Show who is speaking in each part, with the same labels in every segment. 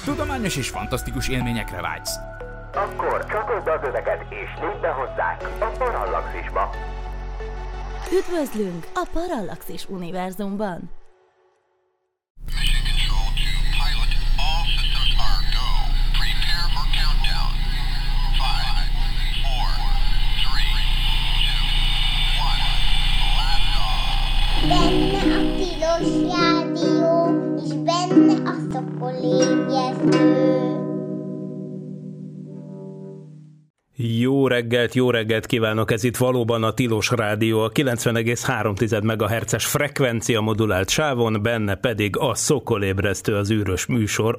Speaker 1: tudományos és fantasztikus élményekre vágysz.
Speaker 2: Akkor csatold az öveket és lépj be hozzánk a Parallaxisba.
Speaker 3: Üdvözlünk a Parallaxis univerzumban!
Speaker 4: Benne a tilos rádió, és benne a szokolébresztő.
Speaker 5: Jó reggelt kívánok! Ez itt valóban a Tilos Rádió, a 90,3 MHz-es frekvencia modulált sávon, benne pedig a szokolébresztő, az űrös műsor,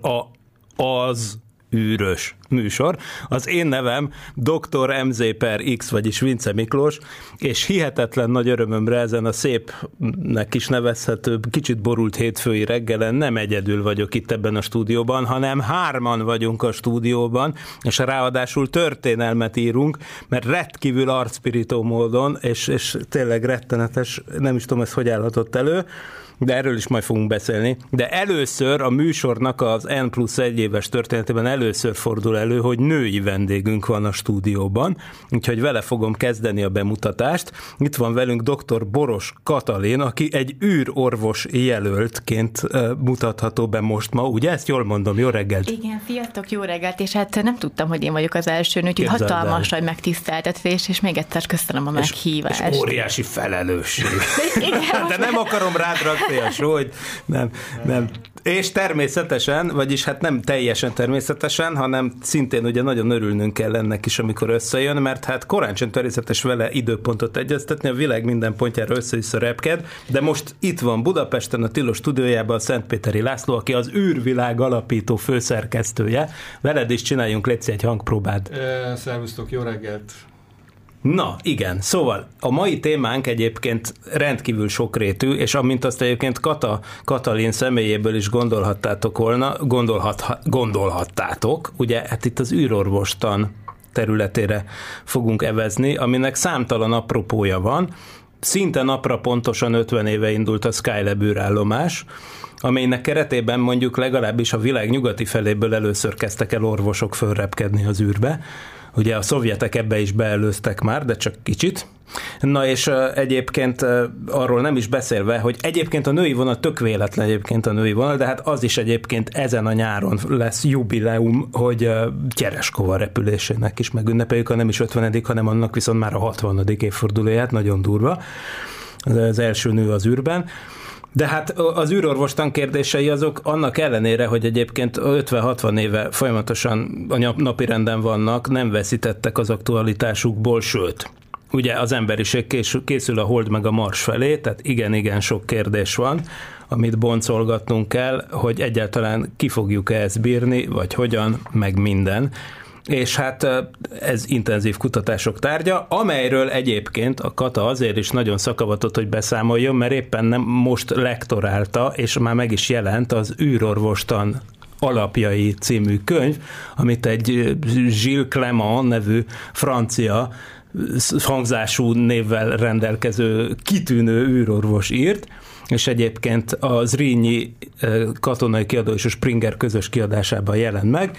Speaker 5: az űrös műsor. Az én nevem Dr. MZ per X, vagyis Vince Miklós, és hihetetlen nagy örömömre ezen a szépnek is nevezhető, kicsit borult hétfői reggelen nem egyedül vagyok itt ebben a stúdióban, hanem hárman vagyunk a stúdióban, és ráadásul történelmet írunk, mert rendkívül arcpirító módon, és tényleg rettenetes, nem is tudom, ez hogy állhatott elő, de erről is majd fogunk beszélni. De először a műsornak az N+1 éves történetében először fordul elő, hogy női vendégünk van a stúdióban, úgyhogy vele fogom kezdeni a bemutatást. Itt van velünk dr. Boros Katalin, aki egy űrorvos jelöltként mutatható be most ma, ugye? Ezt jól mondom, jó reggelt!
Speaker 6: Igen, sziasztok, jó reggelt, és hát nem tudtam, hogy én vagyok az első nő, úgyhogy hatalmas nagy megtiszteltetés, és még egyszer köszönöm a meghívást.
Speaker 5: És óriási felelősség. De nem akarom rád rakni a sólyt, nem. És természetesen, vagyis hát nem teljesen természetesen, hanem szintén ugye nagyon örülnünk kell ennek is, amikor összejön, mert hát korán sem természetes vele időpontot egyeztetni, a világ minden pontjára össze-vissza repked, de most itt van Budapesten, a Tilos stúdiójában a Szentpéteri László, aki az űrvilág alapító főszerkesztője. Veled is csináljunk, létszik egy hangpróbát.
Speaker 7: Szervusztok, jó reggelt!
Speaker 5: Na, igen. Szóval a mai témánk egyébként rendkívül sokrétű, és amint azt egyébként Katalin személyéből is gondolhattátok volna, gondolhattátok, ugye, hát itt az űrorvostan területére fogunk evezni, aminek számtalan apropója van. Szinte napra pontosan 50 éve indult a Skylab űrállomás, amelynek keretében mondjuk legalábbis a világ nyugati feléből először kezdtek el orvosok fölrepkedni az űrbe. Ugye a szovjetek ebbe is beelőztek már, de csak kicsit. Na és egyébként arról nem is beszélve, hogy egyébként a női vonal, tök véletlen egyébként a női vonal, de hát az is egyébként ezen a nyáron lesz jubileum, hogy Tyereskova repülésének is megünnepeljük, ha nem is 50., hanem annak viszont már a 60. évfordulóját, nagyon durva. Az első nő az űrben. De hát az űrorvostan kérdései azok annak ellenére, hogy egyébként 50-60 éve folyamatosan a napirenden vannak, nem veszítettek az aktualitásukból, sőt. Ugye az emberiség készül a Hold meg a Mars felé, tehát igen sok kérdés van, amit boncolgatnunk kell, hogy egyáltalán ki fogjuk-e ezt bírni, vagy hogyan, meg minden. És hát ez intenzív kutatások tárgya, amelyről egyébként a Kata azért is nagyon szakavatott, hogy beszámoljon, mert éppen nem most lektorálta, és már meg is jelent az űrorvostan alapjai című könyv, amit egy Gilles Clément nevű francia hangzású névvel rendelkező kitűnő űrorvos írt, és egyébként a Zrínyi katonai kiadó és a Springer közös kiadásában jelent meg,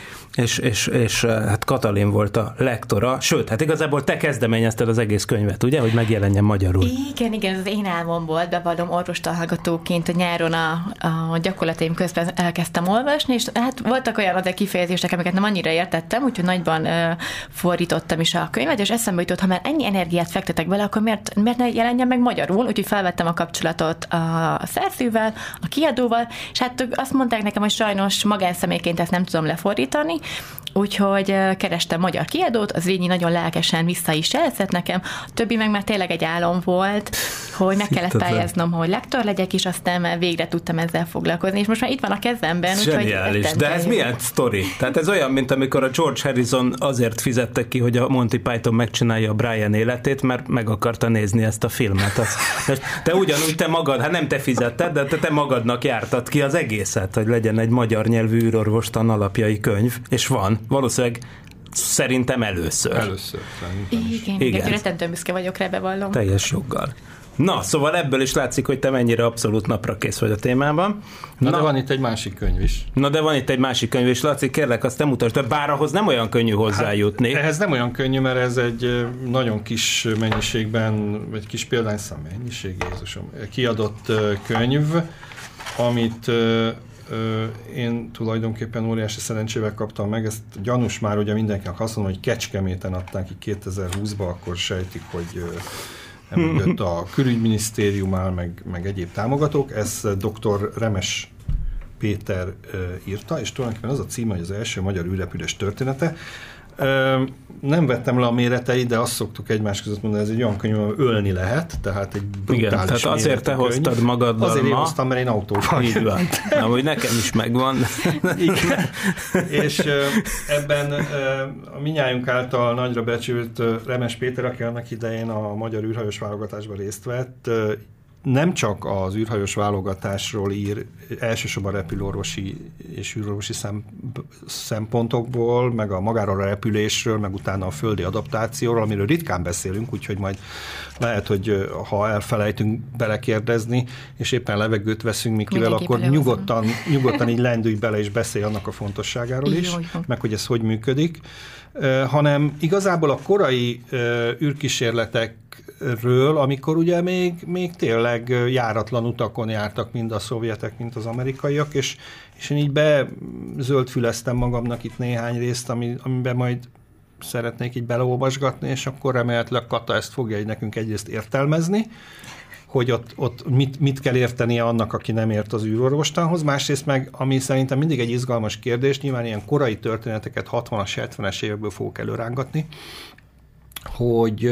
Speaker 5: és hát Katalin volt a lektora, sőt, hát igazából te kezdeményezted az egész könyvet, ugye, hogy megjelenjen magyarul.
Speaker 6: Igen, ez az én álmom volt, bevallom orvostalhallgatóként a nyáron a gyakorlataim közben elkezdtem olvasni, és hát voltak olyan adott kifejezések, amiket nem annyira értettem, úgyhogy nagyban fordítottam is a könyvet, és eszembe jutott, ha már ennyi energiát fektetek bele, akkor miért ne jelenjen meg magyarul, úgyhogy felvettem a kapcsolatot a szerzővel, a kiadóval, és hát azt mondták nekem, hogy sajnos magánszemélyként ezt nem tudom lefordítani, úgyhogy kerestem magyar kiadót, az Zrínyi nagyon lelkesen vissza is jelzett nekem, a többi meg már tényleg egy álom volt, hogy meg kellett pályáznom, hogy lektor legyek, és aztán végre tudtam ezzel foglalkozni, és most már itt van a kezemben.
Speaker 5: Zseniális, de ez milyen sztori? Tehát ez olyan, mint amikor a George Harrison azért fizettek ki, hogy a Monty Python megcsinálja a Brian életét, mert meg akarta nézni ezt a filmet. Te ugyanúgy te magad, hát nem te fizetted, de te magadnak jártad ki az egészet, hogy legyen egy magyar nyelvű űrorvostan alapjai könyv, és van, valószínűleg szerintem először.
Speaker 7: Először, szerintem.
Speaker 6: Igen, rettentően büszke vagyok rá, bevallom.
Speaker 5: Teljes joggal. Na, szóval ebből is látszik, hogy te mennyire abszolút naprakész vagy a témában.
Speaker 7: Na, de van itt egy másik könyv is.
Speaker 5: Laci, kérlek, azt nem mutasd, de bár ahhoz nem olyan könnyű hozzájutni.
Speaker 7: Hát, ehhez nem olyan könnyű, mert ez egy nagyon kis mennyiségben, vagy kis példányszám mennyiség, Jézusom, kiadott könyv, amit én tulajdonképpen óriási szerencsével kaptam meg, ezt gyanús már ugye mindenkinek azt mondom, hogy Kecskeméten adták ki 2020-ba, akkor sejtik, hogy emögött a külügyminisztérium áll, meg egyéb támogatók. Ez dr. Remes Péter írta, és tulajdonképpen az a címe, hogy az első magyar űrrepülés története. Nem vettem le a méreteit, de azt szoktuk egymás között mondani, ez egy olyan könyv, ahol ölni lehet, tehát egy brutális.
Speaker 5: Igen, tehát azért te hoztad magaddal
Speaker 7: azért
Speaker 5: ma.
Speaker 7: hoztam, mert én autóval.
Speaker 5: Így van. Amúgy nekem is megvan.
Speaker 7: Igen. És ebben a minnyájunk által nagyra becsült Remes Péter, aki annak idején a magyar űrhajós válogatásban részt vett, nem csak az űrhajós válogatásról ír, elsősorban repülőorvosi és űrorvosi szempontokból, meg a magáról a repülésről, meg utána a földi adaptációról, amiről ritkán beszélünk, úgyhogy majd lehet, hogy ha elfelejtünk belekérdezni, és éppen levegőt veszünk Mikivel, akkor nyugodtan így lendülj bele, és beszélj annak a fontosságáról is, meg hogy ez hogy működik. Hanem igazából a korai űrkísérletekről, amikor ugye még tényleg járatlan utakon jártak mind a szovjetek, mind az amerikaiak, és én így bezöldfüleztem magamnak itt néhány részt, amiben majd szeretnék így beleolvasgatni, és akkor remélhetőleg Kata ezt fogja így nekünk egyrészt értelmezni, hogy ott mit kell értenie annak, aki nem ért az űrorvostanhoz, másrészt meg, ami szerintem mindig egy izgalmas kérdés, nyilván ilyen korai történeteket 60-as, 70-es évekből fogok előrángatni, hogy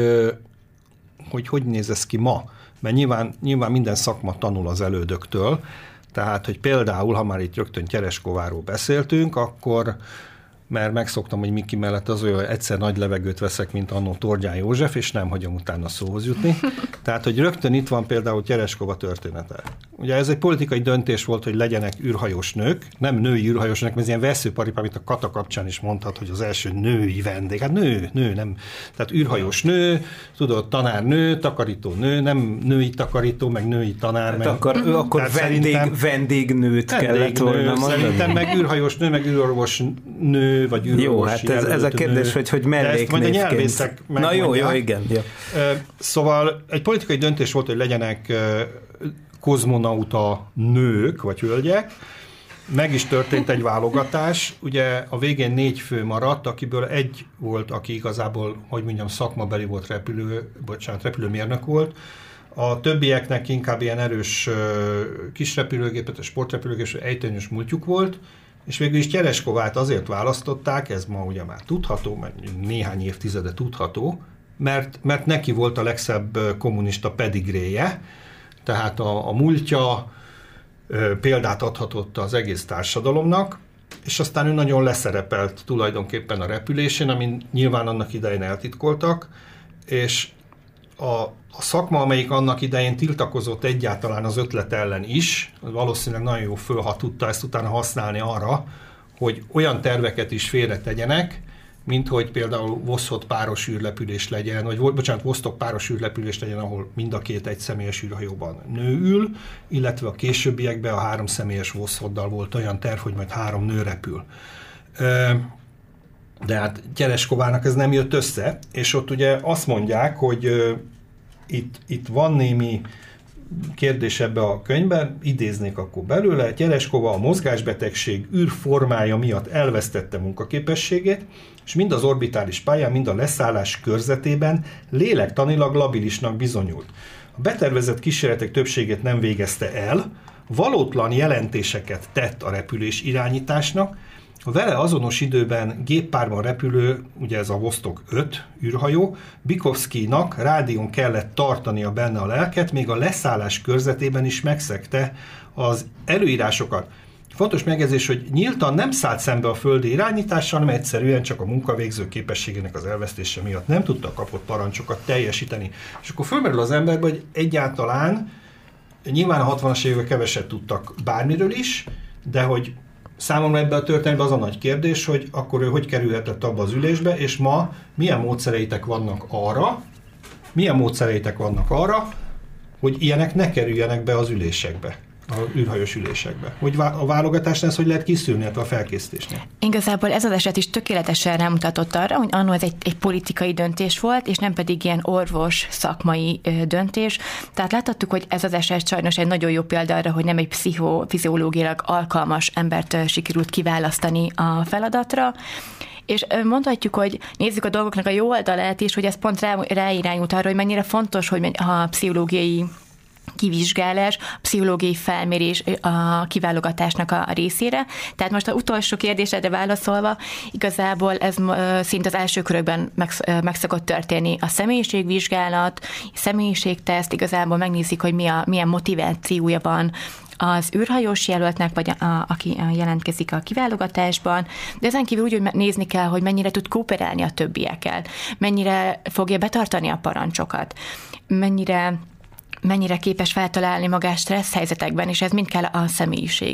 Speaker 7: néz ez ki ma, mert nyilván minden szakma tanul az elődöktől, tehát, hogy például, ha már itt rögtön Tereskováról beszéltünk, akkor mert megszoktam, hogy Miki mellett az olyan, egyszer nagy levegőt veszek, mint annó Tordján József, és nem hagyom utána szóhoz jutni. Tehát, hogy rögtön itt van például Tereskova története. Ugye ez egy politikai döntés volt, hogy legyenek űrhajós nők, nem női űrhajós nők, mert ez ilyen veszőparip, amit a Kata kapcsán is mondhat, hogy az első női vendég. Hát nő, nem. Tehát űrhajós nő, tudod, tanárnő, takarító nő, nem női takarító, meg női tanár.
Speaker 5: Hát akkor vendégnőt kellett volna mondani.
Speaker 7: Szerintem meg űrhajós nő, meg űrorvos nő, vagy űrorvosi.
Speaker 5: Jó, hát ez a kérdés, hogy melléknévként.
Speaker 7: Na
Speaker 5: jó, igen. Jó.
Speaker 7: Szóval egy politikai döntés volt, hogy legyenek kozmonauta nők, vagy hölgyek. Meg is történt egy válogatás. Ugye a végén 4 fő maradt, akiből egy volt, aki igazából, hogy mondjam, szakmabeli volt, repülőmérnök volt. A többieknek inkább ilyen erős kisrepülőgépet, sportrepülőgépet, ejtőnyös múltjuk volt, és végül is Tereskovát azért választották, ez ma ugye már tudható, mert néhány évtizede tudható, mert neki volt a legszebb kommunista pedigréje, tehát a múltja példát adhatott az egész társadalomnak, és aztán ő nagyon leszerepelt tulajdonképpen a repülésén, amin nyilván annak idején eltitkoltak, és a szakma, amelyik annak idején tiltakozott egyáltalán az ötlet ellen is, valószínűleg nagyon jó ha tudta ezt utána használni arra, hogy olyan terveket is félretegyenek, mint hogy például Voszhot páros űrrepülés legyen, vagy Vostok páros űrrepülés legyen, ahol mind a két egyszemélyes űrhajóban nő ül, illetve a későbbiekben a 3 személyes Voszhoddal volt olyan terv, hogy majd 3 nő repül. De hát Tereskovának ez nem jött össze, és ott ugye azt mondják, hogy itt van némi kérdés ebbe a könyvben, idéznék akkor belőle. Tereskova a mozgásbetegség űrformája miatt elvesztette munkaképességét, és mind az orbitális pályán, mind a leszállás körzetében lélektanilag labilisnak bizonyult. A betervezett kísérletek többségét nem végezte el, valótlan jelentéseket tett a repülés irányításnak, a vele azonos időben géppárban repülő, ugye ez a Vostok 5 űrhajó, Bikovszkijnak rádión kellett tartania benne a lelket, még a leszállás körzetében is megszegte az előírásokat. Fontos megjegyzés, hogy nyíltan nem szállt szembe a földi irányítással, hanem egyszerűen csak a munkavégző képességének az elvesztése miatt nem tudta a kapott parancsokat teljesíteni. És akkor fölmerül az emberbe, hogy egyáltalán nyilván a 60-as évek keveset tudtak bármiről is, de hogy számomra ebben a történetben az a nagy kérdés, hogy akkor ő hogy kerülhetett abba az ülésbe, és ma milyen módszereitek vannak arra, hogy ilyenek ne kerüljenek be az ülésekbe, az űrhajós ülésekbe. Hogy a válogatásnál ez hogy lehet kiszűrni a felkészítésnél?
Speaker 6: Igazából ez az eset is tökéletesen rámutatott arra, hogy annó ez egy politikai döntés volt, és nem pedig ilyen orvos szakmai döntés. Tehát láthattuk, hogy ez az eset sajnos egy nagyon jó példa arra, hogy nem egy pszichofiziológiailag alkalmas embert sikerült kiválasztani a feladatra. És mondhatjuk, hogy nézzük a dolgoknak a jó oldalát is, hogy ez pont ráirányult arra, hogy mennyire fontos, hogy a pszichológiai kivizsgálás, a pszichológiai felmérés a kiválogatásnak a részére. Tehát most az utolsó kérdésedre válaszolva, igazából ez szinte az első körökben meg szokott történni a személyiségvizsgálat, személyiségteszt, igazából megnézik, hogy milyen motivációja van az űrhajós jelöltnek, vagy aki jelentkezik a kiválogatásban, de ezen kívül úgy, hogy nézni kell, hogy mennyire tud kooperálni a többiekkel, mennyire fogja betartani a parancsokat, mennyire képes feltalálni magát stressz helyzetekben, és ez mind kell a személyiség.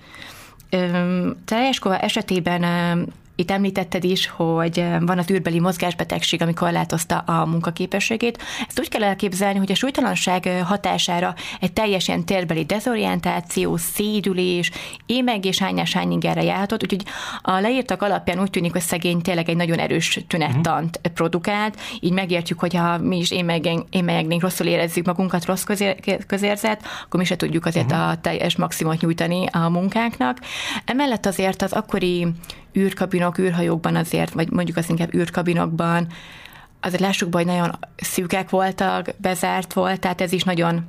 Speaker 6: Tereshkova esetében itt említetted is, hogy van az űrbeli mozgásbetegség, ami korlátozta a munkaképességét. Ezt úgy kell elképzelni, hogy a súlytalanság hatására egy teljesen térbeli dezorientáció, szédülés, émegés, hányás, hányingerre járhatott, úgyhogy a leírtak alapján úgy tűnik, hogy szegény tényleg egy nagyon erős tünettant produkált, így megértjük, hogy ha mi is émegnénk, rosszul érezzük magunkat, rossz közérzet, akkor mi se tudjuk azért a teljes maximumot nyújtani a munkánknak. Emellett azért az akkori űrkabinok, űrhajókban azért, vagy mondjuk az inkább űrkabinokban, azért lássuk be, hogy nagyon szűkek voltak, bezárt volt, tehát ez is nagyon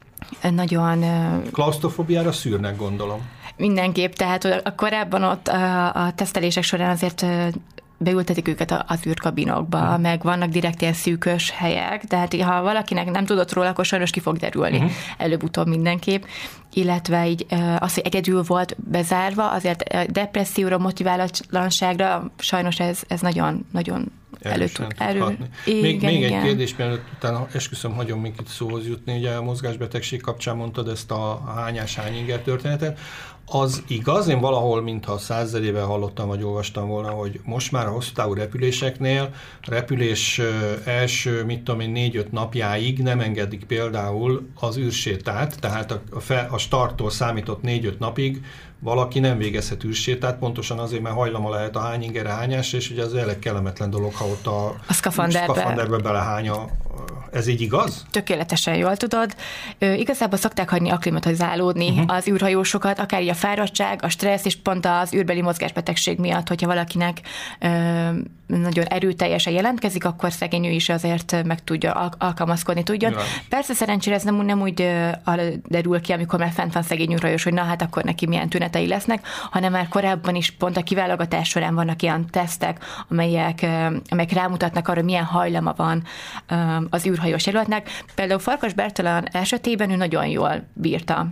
Speaker 7: Klausztrofóbiára szűrnek, gondolom.
Speaker 6: Mindenképp, tehát korábban ott a tesztelések során azért beültetik őket az űrkabinokba, meg vannak direkt ilyen szűkös helyek, tehát ha valakinek nem tudott róla, akkor sajnos ki fog derülni előbb-utóbb mindenképp, illetve így az, hogy egyedül volt bezárva, azért depresszióra, motiválatlanságra sajnos ez nagyon elő tud.
Speaker 7: Még egy kérdés, mielőtt utána esküszöm, hagyom még itt szóhoz jutni, ugye a mozgásbetegség kapcsán mondtad ezt a hányás, hányinger történetet. Az igaz, én valahol, mintha 100 éve hallottam, vagy olvastam volna, hogy most már a hosszú távú repüléseknél repülés első, 4-5 napjáig nem engedik például az űrsétát, tehát a starttól számított 4-5 napig valaki nem végezhet űrsétát, pontosan azért, mert hajlama lehet a hányingerre, hányásra, és ugye az elég kellemetlen dolog, ha ott a szkafanderbe belehány. Ez így igaz?
Speaker 6: Tökéletesen jól tudod. Igazából szokták hagyni akklimatizálódni az űrhajósokat, akár így a fáradtság, a stressz, és pont az űrbeli mozgásbetegség miatt, hogyha valakinek nagyon erőteljesen jelentkezik, akkor szegény ő is azért meg tudja alkalmazkodni tudjon. Jaj. Persze szerencsére ez nem úgy derül ki, amikor már fent van szegény űrhajós, hogy na hát akkor neki milyen tünetei lesznek, hanem már korábban is pont a kiválogatás során vannak ilyen tesztek, amelyek rámutatnak arra, milyen hajlama van az űrhajós jelöltnek. Például Farkas Bertalan esetében ő nagyon jól bírta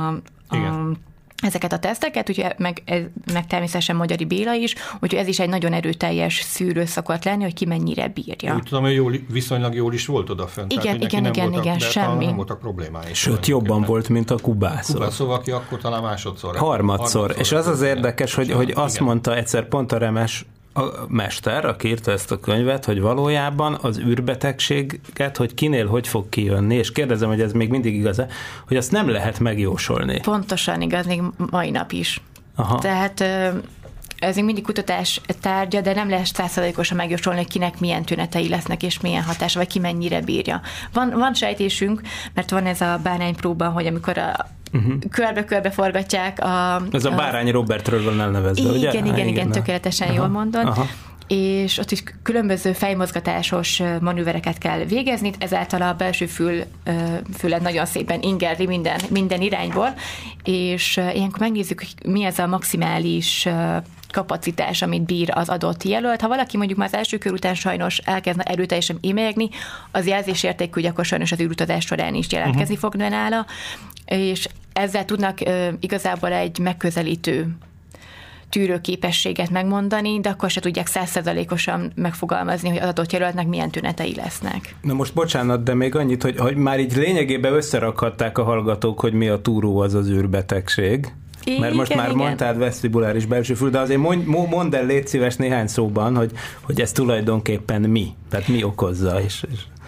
Speaker 6: ezeket a teszteket, ugye, meg természetesen Magyari Béla is, úgyhogy ez is egy nagyon erőteljes szűrő szokott lenni, hogy ki mennyire bírja.
Speaker 7: Úgy tudom, hogy viszonylag jól is volt odafönt.
Speaker 6: Igen, semmi.
Speaker 7: Nem voltak problémái.
Speaker 5: Sőt, jobban volt, mint a kubászor.
Speaker 7: Kubászor, aki akkor talán másodszor.
Speaker 5: Harmadszor. És az érdekes, hogy azt mondta egyszer pont a Remes a mester, aki írta ezt a könyvet, hogy valójában az űrbetegséget, hogy kinél hogy fog kijönni, és kérdezem, hogy ez még mindig igaz-e, hogy azt nem lehet megjósolni.
Speaker 6: Pontosan igaz, még mai nap is.
Speaker 5: Aha.
Speaker 6: Tehát ez még mindig kutatás tárgya, de nem lehet 100%-osan megjósolni, hogy kinek milyen tünetei lesznek, és milyen hatása, vagy ki mennyire bírja. Van sejtésünk, mert van ez a báránypróba, hogy amikor körbe-körbe forgatják
Speaker 5: ez a bárány Robertről van elnevezve, ugye?
Speaker 6: Igen, tökéletesen jól mondod. Aha. És ott is különböző fejmozgatásos manővereket kell végezni, ezáltal a belső fület nagyon szépen ingerli minden irányból, és ilyenkor megnézzük, hogy mi ez a maximális kapacitás, amit bír az adott jelölt. Ha valaki mondjuk már az első kör után sajnos elkezdne erőteljesen émelyegni, az jelzésértékű, hogy akkor sajnos az űrutazás során is jelentkezni fog nála, és ezzel tudnak igazából egy megközelítő tűrőképességet megmondani, de akkor se tudják 100%-osan megfogalmazni, hogy az adott jelöltnek milyen tünetei lesznek.
Speaker 5: Na most bocsánat, de még annyit, hogy már így lényegében összerakhatták a hallgatók, hogy mi a túró az űrbetegség. Mert most már mondtad vesztibuláris belsőfül, de azért mondd el, légy szíves néhány szóban, hogy ez tulajdonképpen mi, tehát mi okozza is.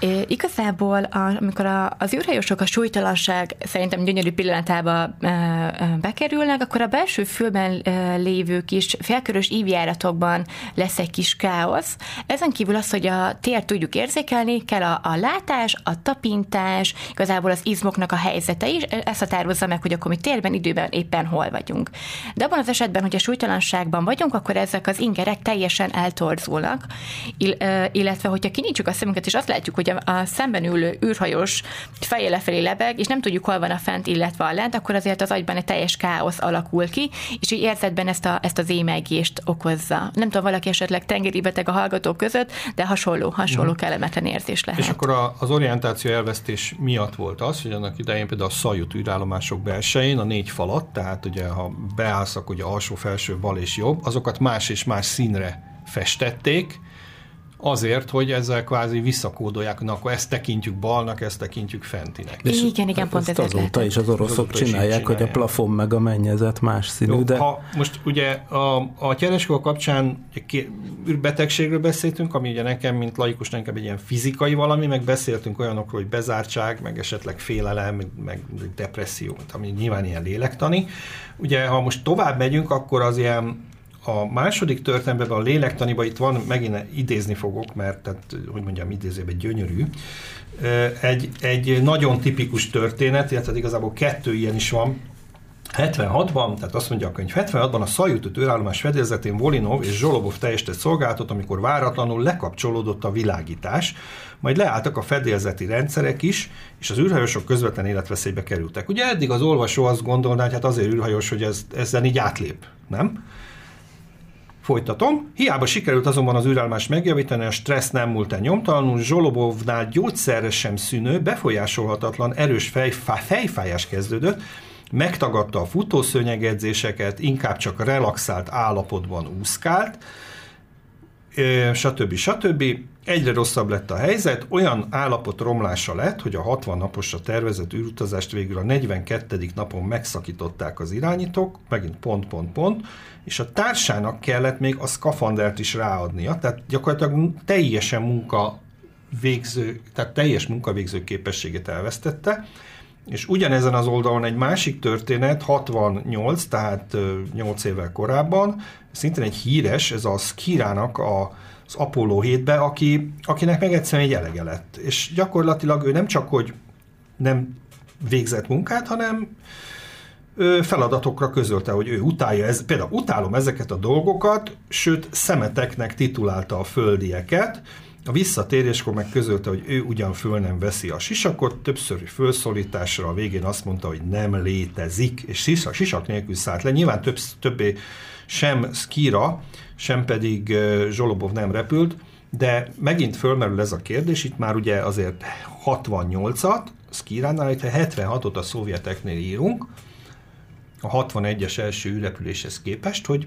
Speaker 6: Igazából, amikor az űrhajósok a súlytalanság szerintem gyönyörű pillanatába bekerülnek, akkor a belső fülben lévő kis félkörös ívjáratokban lesz egy kis káosz. Ezen kívül az, hogy a tért tudjuk érzékelni, kell a látás, a tapintás, igazából az izmoknak a helyzete is, ezt határozza meg, hogy akkor mi térben, időben éppen hol vagyunk. De abban az esetben, hogy a súlytalanságban vagyunk, akkor ezek az ingerek teljesen eltorzulnak, illetve hogyha kinyitjuk a szemünket, és azt látjuk, hogy a szemben ülő űrhajós feje lefelé lebeg, és nem tudjuk, hol van a fent, illetve a lent, akkor azért az agyban egy teljes káosz alakul ki, és így érzetben ezt az émelygést okozza. Nem tudom, valaki esetleg tengeri beteg a hallgatók között, de hasonló kellemetlen érzés lehet.
Speaker 7: És akkor az orientáció elvesztés miatt volt az, hogy annak idején például a Szajut űrállomások belsején a 4 falat, tehát ugye ha beállsz, akkor ugye alsó, felső, bal és jobb, azokat más és más színre festették, azért, hogy ezzel kvázi visszakódolják, na akkor ezt tekintjük balnak, ezt tekintjük fentinek.
Speaker 6: Igen, pont ez
Speaker 5: azóta is az oroszok csinálják, hogy a plafon meg a mennyezet más színű.
Speaker 7: Jó,
Speaker 5: de...
Speaker 7: Most ugye a Tereskova kapcsán űrbetegségről beszéltünk, ami ugye nekem, mint laikus, inkább egy ilyen fizikai valami, meg beszéltünk olyanokról, hogy bezártság, meg esetleg félelem, meg depresszió, ami nyilván ilyen lélektani. Ugye, ha most tovább megyünk, akkor az ilyen a második történetben, a lélektaniban itt van, megint idézni fogok, mert, tehát, hogy mondjam, idézőben gyönyörű. Egy nagyon tipikus történet, illetve igazából 2 ilyen is van. 76-ban, tehát azt mondja a könyv, 76-ban a Szajut űrállomás fedélzetén Volinov és Zsolobov teljesített szolgálatot, amikor váratlanul lekapcsolódott a világítás, majd leálltak a fedélzeti rendszerek is, és az űrhajósok közvetlen életveszélybe kerültek. Ugye eddig az olvasó azt gondolná, hogy hát azért űrhajós, hogy ezzel így átlép, nem? Folytatom. Hiába sikerült azonban az űrállomást megjavítani, a stressz nem múlt el nyomtalanul, Zsolobovnál gyógyszerre sem szűnő, befolyásolhatatlan, erős fejfájás kezdődött, megtagadta a futószőnyegedzéseket, inkább csak relaxált állapotban úszkált, stb. Egyre rosszabb lett a helyzet, olyan állapot romlása lett, hogy a 60 naposra tervezett űrutazást végül a 42. napon megszakították az irányítók, megint pont, és a társának kellett még a szkafandert is ráadnia, tehát gyakorlatilag teljes munkavégző képességét elvesztette, és ugyanezen az oldalon egy másik történet, 68, tehát 8 évvel korábban, szintén egy híres, ez a Skirának az Apollo 7-be, akinek meg egyszerűen egy elege lett. És gyakorlatilag ő nem csak, hogy nem végzett munkát, hanem feladatokra közölte, hogy ő utálja, például utálom ezeket a dolgokat, sőt szemeteknek titulálta a földieket. A visszatéréskor meg közölte, hogy ő ugyan föl nem veszi a sisakot, többször fölszólításra a végén azt mondta, hogy nem létezik, és sisak nélkül szállt le. Nyilván többé sem Skira, sem pedig Zsolobov nem repült, de megint fölmerül ez a kérdés, itt már ugye azért 68-at, Skiránál, itt 76-ot a szovjeteknél írunk, a 61-es első űrrepüléshez képest, hogy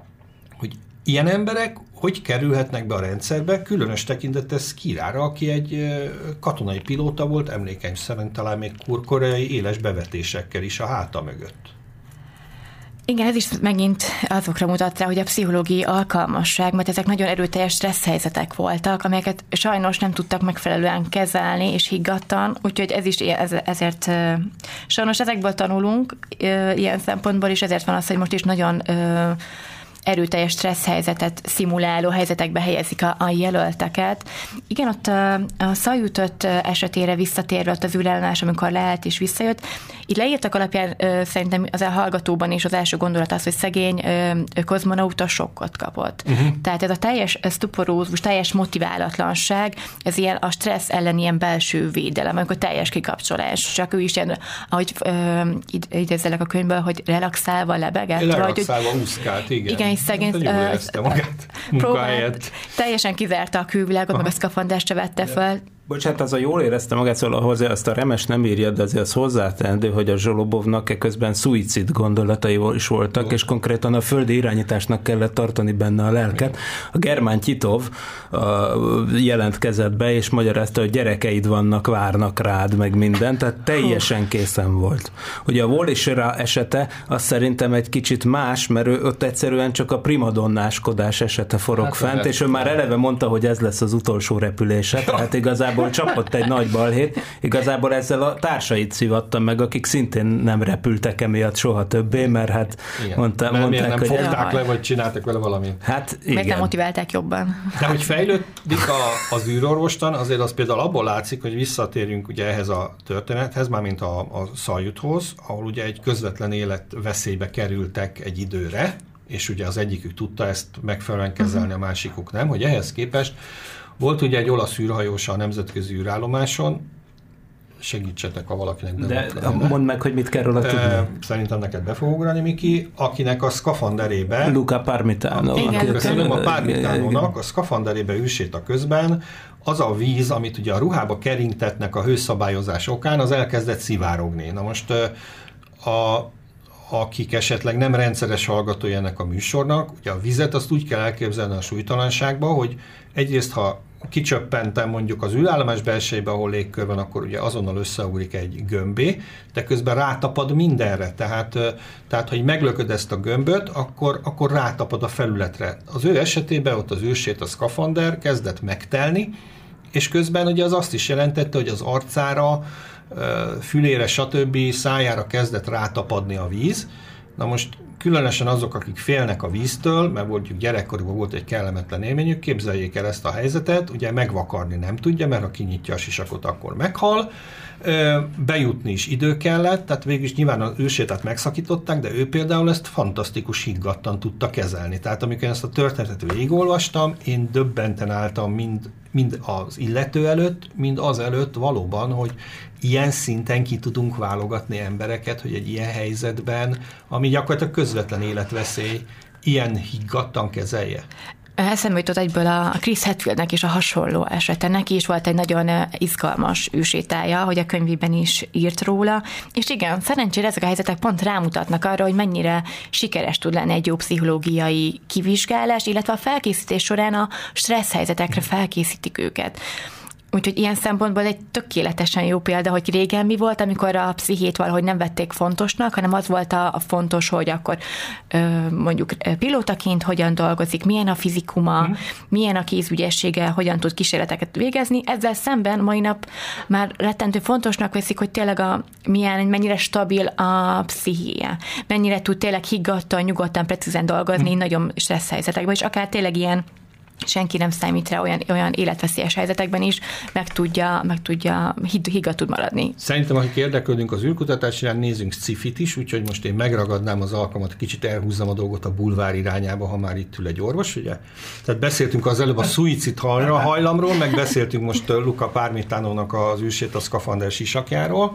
Speaker 7: ilyen emberek hogy kerülhetnek be a rendszerbe, különös tekintettel Skirára, aki egy katonai pilóta volt, emlékeim szerint talán még koreai éles bevetésekkel is a háta mögött.
Speaker 6: Igen, ez is megint azokra mutat rá, hogy a pszichológiai alkalmasság, mert ezek nagyon erőteljes stressz helyzetek voltak, amelyeket sajnos nem tudtak megfelelően kezelni és higgadtan, úgyhogy ez is ezért sajnos ezekből tanulunk ilyen szempontból, és ezért van az, hogy most is nagyon erőteljes stressz helyzetet szimuláló helyzetekbe helyezik a jelölteket. Igen, ott a Szajut 5 esetére visszatérve ott az űrállomás, amikor leállt és visszajött, itt leírtak alapján szerintem az hallgatóban is az első gondolat az, hogy szegény kozmonauta sokkot kapott. Tehát ez a teljes sztuporózus, teljes motiválatlanság, ez ilyen a stressz ellen ilyen belső védelem, amikor teljes kikapcsolás. Csak ő is ilyen, ahogy idézzelek a könyvből, hogy relaxálva lebegett.
Speaker 7: Relaxálva úszkált, igen.
Speaker 6: És szegény próbált, teljesen kizárta a külvilágot, meg a szkafandást se vette fel.
Speaker 5: Bocsánat, az a jól érezte magát, szóval hozzá azt a Remes nem írja, de azért az hozzátendő, hogy a Zsolobovnak közben szuicid gondolatai is voltak, és konkrétan a földi irányításnak kellett tartani benne a lelket. A Germán Titov jelentkezett be, és magyarázta, hogy gyerekeid vannak, várnak rád, meg minden, tehát teljesen készen volt. Ugye a Wallis-ra esete az szerintem egy kicsit más, mert ő ott egyszerűen csak a primadonnáskodás esete forog fent, és ő már eleve mondta, hogy ez lesz az utolsó repülése, tehát igazából abból csapott egy nagy balhét. Igazából ezzel a társait szivattam meg, akik szintén nem repültek emiatt soha többé, mert hát mondták,
Speaker 7: nem
Speaker 5: hogy...
Speaker 7: fogták le, vagy csináltak vele valamit.
Speaker 5: Hát igen.
Speaker 6: Meg nem motiválták jobban.
Speaker 7: De hogy fejlődik az űrorvostan, azért az például abból látszik, hogy visszatérünk ugye ehhez a történethez, mármint a Szajuthoz, ahol ugye egy közvetlen életveszélybe kerültek egy időre, és ugye az egyikük tudta ezt megfelelően kezelni, a másikuk nem, hogy ehhez képest volt ugye egy olasz űrhajós a nemzetközi űrállomáson, segítsetek, ha valakinek
Speaker 5: de mondd meg, hogy mit kell róla tudni.
Speaker 7: Szerintem neked be fog ugrani, Miki, akinek a szkafanderébe...
Speaker 5: Luca Parmitano.
Speaker 7: Köszönöm, a Parmitánónak a szkafanderébe űrséta közben az a víz, amit ugye a ruhába kerintetnek a hőszabályozás okán, az elkezdett szivárogni. Na most akik esetleg nem rendszeres hallgatói ennek a műsornak, ugye a vizet azt úgy kell elképzelni a súlytalanságba, hogy egyrészt, ha kicsöppentem mondjuk az űrállomás belsejébe, ahol légkör van, akkor ugye azonnal összeugrik egy gömbé, de közben rátapad mindenre. Tehát ha így meglököd ezt a gömböt, akkor rátapad a felületre. Az ő esetében ott az űrsét, a szkafander kezdett megtelni, és közben ugye az azt is jelentette, hogy az arcára, fülére, stb. Szájára kezdett rátapadni a víz. Na most különösen azok, akik félnek a víztől, mert mondjuk gyerekkorban volt egy kellemetlen élményük, képzeljék el ezt a helyzetet, ugye megvakarni nem tudja, mert ha kinyitja a sisakot, akkor meghal. Bejutni is idő kellett, tehát végülis nyilván az űrsétát megszakították, de ő például ezt fantasztikus higgadtan tudta kezelni. Tehát amikor én ezt a történetet végigolvastam, én döbbenten álltam mind az illető előtt, mind az előtt valóban, hogy ilyen szinten ki tudunk válogatni embereket, hogy egy ilyen helyzetben, ami gyakorlatilag közvetlen életveszély, ilyen higgadtan kezelje.
Speaker 6: Eszembe jutott egyből a Chris Hadfieldnek is a hasonló esete. Neki is volt egy nagyon izgalmas űrsétája, hogy a könyvében is írt róla. És igen, szerencsére ezek a helyzetek pont rámutatnak arra, hogy mennyire sikeres tud lenni egy jó pszichológiai kivizsgálás, illetve a felkészítés során a stressz helyzetekre felkészítik őket. Úgyhogy ilyen szempontból egy tökéletesen jó példa, hogy régen mi volt, amikor a pszichét valahogy nem vették fontosnak, hanem az volt a fontos, hogy akkor mondjuk pilótaként hogyan dolgozik, milyen a fizikuma, milyen a kézügyessége, hogyan tud kísérleteket végezni. Ezzel szemben mai nap már rettentő fontosnak veszik, hogy tényleg mennyire stabil a pszichéje, mennyire tud tényleg higgadtan, nyugodtan, precízen dolgozni nagyon stressz helyzetekben, és akár tényleg ilyen senki nem számít rá olyan életveszélyes helyzetekben is, meg tudja higgadt tud maradni.
Speaker 7: Szerintem, akik érdeklődünk az űrkutatás iránt, nézzünk sci-fit is, úgyhogy most én megragadnám az alkalmat, kicsit elhúzzam a dolgot a bulvár irányába, ha már itt ül egy orvos, ugye? Tehát beszéltünk az előbb a szuicid hajlamról, meg beszéltünk most Luca Parmitánónak az űrséta szkafander sisakjáról.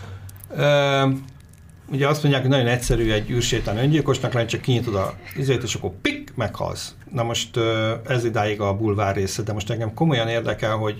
Speaker 7: Ugye azt mondják, hogy nagyon egyszerű egy űrsétán öngyilkosnak lenni, csak kinyitod a izét, és akkor pik, meghalsz. Na most ez idáig a bulvár része, de most engem komolyan érdekel, hogy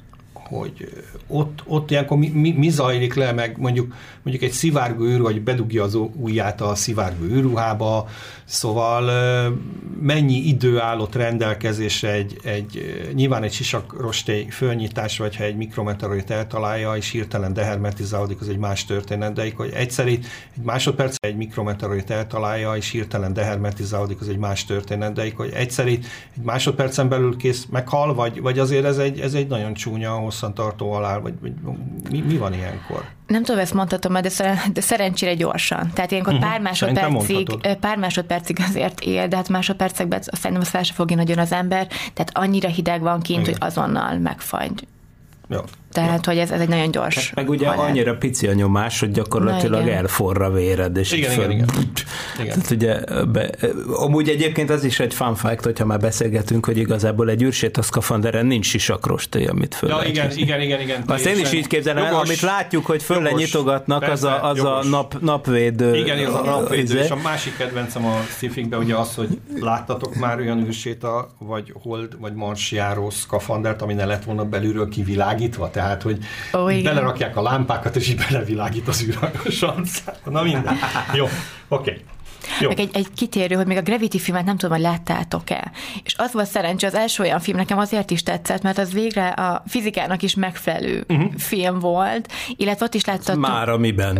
Speaker 7: ott ilyenkor mi zajlik le, meg mondjuk egy szivárgó űr, vagy bedugja az ujját a szivárgó űrruhába, szóval mennyi idő állott rendelkezésre nyilván egy sisakrostély fölnyitás, vagy ha egy mikrometeorit eltalálja, és hirtelen dehermetizálódik, az egy más történet, de hogy egyszer egy másodperc egy mikrometeorit eltalálja, és hirtelen dehermetizálódik, az egy más történet, de hogy egyszer egy másodpercen belül kész meghal, vagy azért ez egy nagyon csúnya, hosszantartó halál, vagy mi van ilyenkor?
Speaker 6: Nem tudom, ezt mondhatom, de szerencsére gyorsan. Tehát ilyenkor pár másodpercig azért él, de hát másodpercekben szerintem azt fel se fogja nagyon az ember, tehát annyira hideg van kint, hogy azonnal megfagy.
Speaker 7: Jó.
Speaker 6: Tehát, hogy ez egy nagyon gyors
Speaker 5: hát meg ugye halál. Annyira pici a nyomás, hogy gyakorlatilag elforr a véred. És
Speaker 7: igen.
Speaker 5: Tehát ugye, amúgy egyébként az is egy fun fact, hogyha már beszélgetünk, hogy igazából egy űrsét a szkafanderen nincs sisakrostély, amit föl lehet.
Speaker 7: Igen.
Speaker 5: Azt én is így képzelem, amit látjuk, hogy föl nyitogatnak, az a napvédő.
Speaker 7: Igen, az a napvédő, és a másik kedvencem a sci-fikben ugye az, hogy láttatok már olyan űrséta, vagy hold, vagy marsjáró szkafandert, ami ne lett volna belülről kivilágítva, tehát, hogy belerakják a lámpákat, és így belevilágít az űrhajós arcába. Na minden. Jó, oké. Jó.
Speaker 6: Meg egy kitérő, hogy még a Gravity filmet nem tudom, hogy láttátok-e. És az volt szerencsé, az első olyan film nekem azért is tetszett, mert az végre a fizikának is megfelelő film volt, illetve ott is láttattuk.
Speaker 5: Már amiben?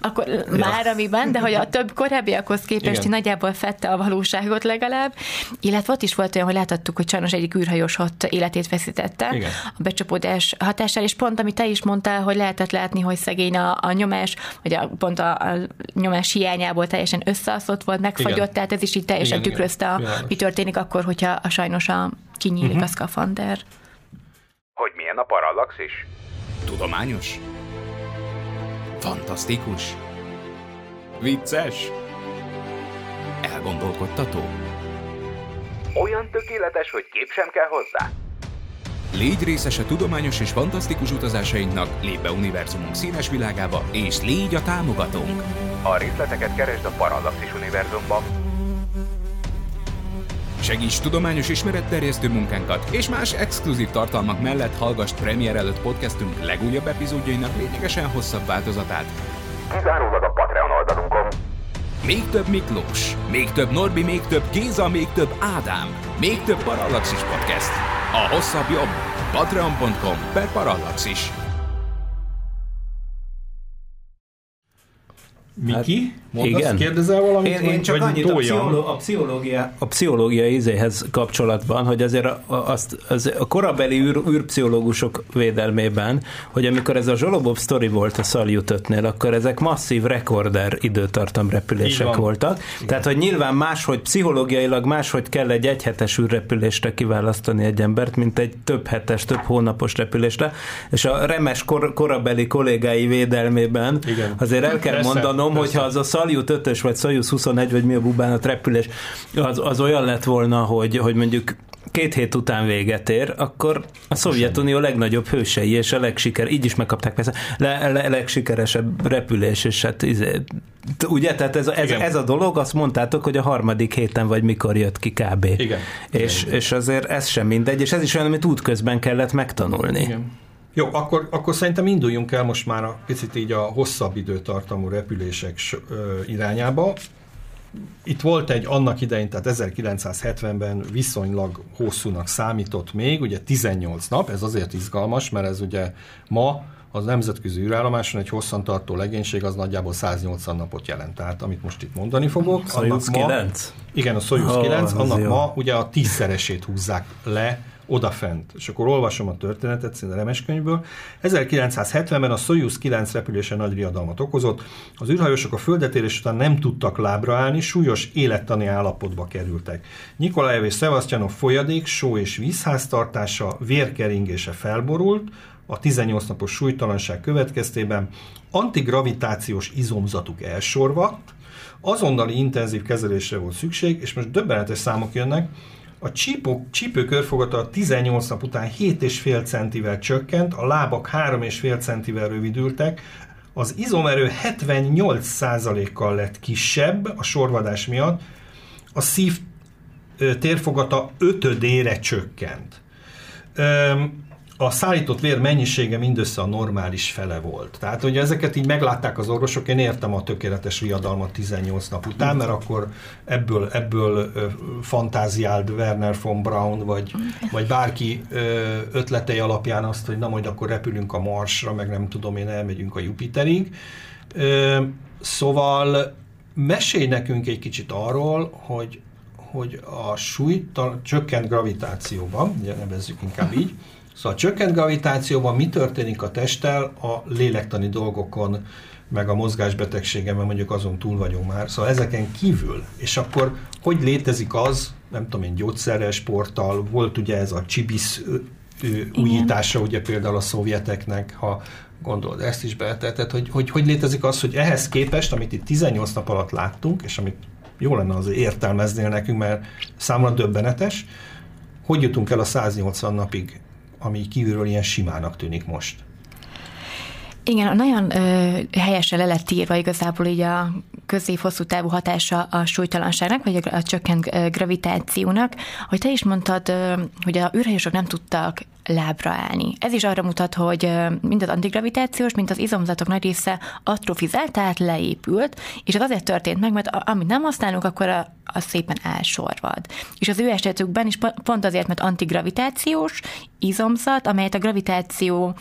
Speaker 6: akkor már amiben, de hogy a több korábbiakhoz képest nagyjából fette a valóságot legalább, illetve ott is volt olyan, hogy láthattuk, hogy sajnos egyik űrhajós ott életét veszítette a becsapódás hatására, és pont, amit te is mondtál, hogy lehetett látni, hogy szegény a nyomás, vagy pont a nyomás hiányából teljesen összeaszott volt, megfagyott, tehát ez is így teljesen tükrözte, mi történik akkor, hogyha sajnos kinyílik a szkafander.
Speaker 2: Hogy milyen a parallaxis?
Speaker 1: Tudományos? Fantasztikus? Vicces? Elgondolkodtató?
Speaker 2: Olyan tökéletes, hogy kép sem kell hozzá?
Speaker 1: Légy részese tudományos és fantasztikus utazásainknak, lépj be univerzumunk színes világába, és légy a támogatónk!
Speaker 2: A részleteket keresd a Parallaxis univerzumban.
Speaker 1: Segíts tudományos ismeretterjesztő munkánkat, és más exkluzív tartalmak mellett hallgass premier előtt podcastünk legújabb epizódjainak lényegesen hosszabb változatát.
Speaker 2: Kizárólag a Patreon oldalunkon.
Speaker 1: Még több Miklós, még több Norbi, még több Géza, még több Ádám, még több Parallaxis podcast. A hosszabb jobb. Patreon.com/Parallaxis.
Speaker 7: Miki?
Speaker 5: Igen.
Speaker 7: Kérdezel valamit?
Speaker 5: Én csak annyit a pszichológiai izéhez kapcsolatban, hogy azért a korabeli űrpszichológusok védelmében, hogy amikor ez a Zsolobov sztori volt a Salyut 5-nél, akkor ezek masszív rekorder időtartam repülések voltak. Igen. Tehát, hogy nyilván máshogy, pszichológiailag máshogy kell egy egyhetes űrrepülésre kiválasztani egy embert, mint egy több hetes, több hónapos repülésre, és a remes korabeli kollégái védelmében azért el kell mondanom, hogyha az a Salyut 5-ös, vagy Soyuz 21, vagy mi a bubánat repülés, az olyan lett volna, hogy mondjuk 2 hét után véget ér, akkor a Szovjetunió legnagyobb hősei, és így is megkapták persze, legsikeresebb repülés, és hát ugye, tehát ez a dolog, azt mondtátok, hogy a 3. héten vagy mikor jött ki kb. Igen. És azért ez sem mindegy, és ez is olyan, amit útközben kellett megtanulni. Igen.
Speaker 7: Jó, akkor szerintem induljunk el most már picit így a hosszabb időtartamú repülések irányába. Itt volt egy annak idején, tehát 1970-ben viszonylag hosszúnak számított még, ugye 18 nap, ez azért izgalmas, mert ez ugye ma az nemzetközi űrállomáson egy hosszantartó legénység az nagyjából 180 napot jelent. Tehát amit most itt mondani fogok.
Speaker 5: Soyuz 9?
Speaker 7: Igen, a Soyuz 9, annak ma ugye a 10-szeresét húzzák le odafent. És akkor olvasom a történetet, szinte remes könyvből. 1970-ben a Soyuz 9 repülése nagy riadalmat okozott. Az űrhajósok a földetérés után nem tudtak lábra állni, súlyos élettani állapotba kerültek. Nikolajev és Szevasztyanov folyadék, só és vízháztartása, vérkeringése felborult, a 18 napos súlytalanság következtében antigravitációs izomzatuk elsorvadt, azonnali intenzív kezelésre volt szükség, és most döbbenetes számok jönnek. A csípő körfogata 18 nap után 7,5 centivel csökkent, a lábak 3,5 centivel rövidültek, az izomerő 78%-kal lett kisebb a sorvadás miatt, a szív térfogata 5-ére csökkent. A szállított vér mennyisége mindössze a normális fele volt. Tehát, hogy ezeket így meglátták az orvosok, én értem a tökéletes riadalmat 18 nap után, mert akkor ebből fantáziált Werner von Braun, vagy bárki ötletei alapján azt, hogy na majd akkor repülünk a Marsra, meg nem tudom én, elmegyünk a Jupiterig. Szóval mesélj nekünk egy kicsit arról, hogy a csökkent gravitációban, ugye nevezzük inkább így, szóval a csökkent gravitációban mi történik a testtel a lélektani dolgokon, meg a mozgásbetegségem, mondjuk azon túl vagyunk már. Szóval ezeken kívül. És akkor hogy létezik az, nem tudom én, gyógyszerrel, sporttal, volt ugye ez a Csibisz újítása, ugye például a szovjeteknek, ha gondolod, ezt is beletetted, hogy létezik az, hogy ehhez képest, amit itt 18 nap alatt láttunk, és amit jó lenne azért értelmeznél nekünk, mert számomra döbbenetes, hogy jutunk el a 180 napig, ami kívülről ilyen simának tűnik most.
Speaker 6: Igen, nagyon helyesen le lett írva igazából így a közép-hosszú távú hatása a súlytalanságnak, vagy a csökkent gravitációnak. Hogy te is mondtad, hogy a űrhajósok nem tudtak lábra állni. Ez is arra mutat, hogy mind az antigravitációs, mind az izomzatok nagy része atrofizált, tehát leépült, és ez azért történt meg, mert amit nem használunk, akkor az szépen elsorvad. És az ő esetükben is pont azért, mert antigravitációs izomzat, amelyet a gravitáció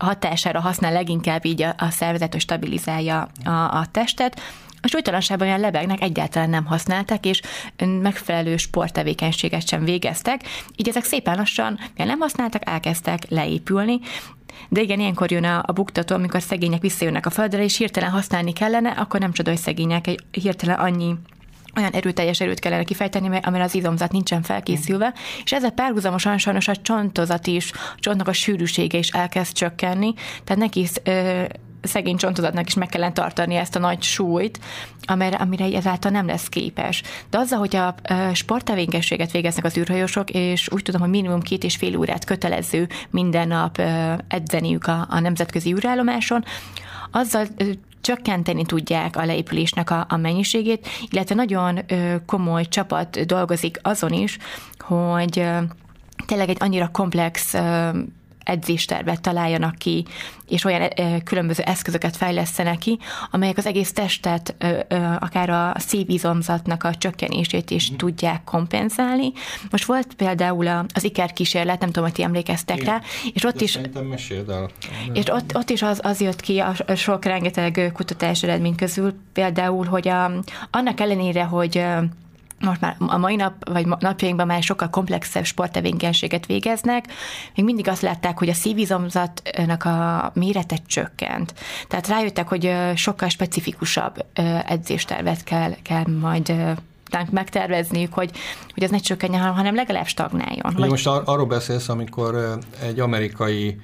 Speaker 6: hatására használ leginkább így a szervezet, hogy stabilizálja a testet. A súlytalanságban olyan lebegnek egyáltalán nem használták, és megfelelő sporttevékenységet sem végeztek, így ezek szépen lassan, mivel nem használtak, elkezdtek leépülni. De igen, ilyenkor jön a buktató, amikor szegények visszajönnek a földre, és hirtelen használni kellene, akkor nem csoda, hogy szegények hirtelen olyan erőteljes erőt kellene kifejteni, amire az izomzat nincsen felkészülve, és ezzel párhuzamosan sajnos a csontozat is, a csontnak a sűrűsége is elkezd csökkenni, tehát neki szegény csontozatnak is meg kellene tartani ezt a nagy súlyt, amire ezáltal nem lesz képes. De azzal, hogy a sporttevékenységet végeznek az űrhajósok, és úgy tudom, hogy minimum 2,5 órát kötelező minden nap edzeniük a nemzetközi űrállomáson, azzal csökkenteni tudják a leépülésnek a mennyiségét, illetve nagyon komoly csapat dolgozik azon is, hogy tényleg egy annyira komplex edzéstervet találjanak ki, és olyan különböző eszközöket fejlesztenek ki, amelyek az egész testet, akár a szívizomzatnak a csökkenését is tudják kompenzálni. Most volt például az Iker kísérlet, nem tudom, hogy ti emlékeztek rá, és ott is...
Speaker 7: Szerintem meséld el. És
Speaker 6: ott is az jött ki a sok rengeteg kutatás eredmény közül, például, hogy annak ellenére, hogy most már a mai nap, vagy napjainkban már sokkal komplexebb sporttevékenységet végeznek, még mindig azt látták, hogy a szívizomzatnak a mérete csökkent. Tehát rájöttek, hogy sokkal specifikusabb edzéstervet kell majd megtervezniük, hogy ez ne csökkenjen, hanem legalább stagnáljon.
Speaker 7: Ugye most arról beszélsz, amikor egy amerikai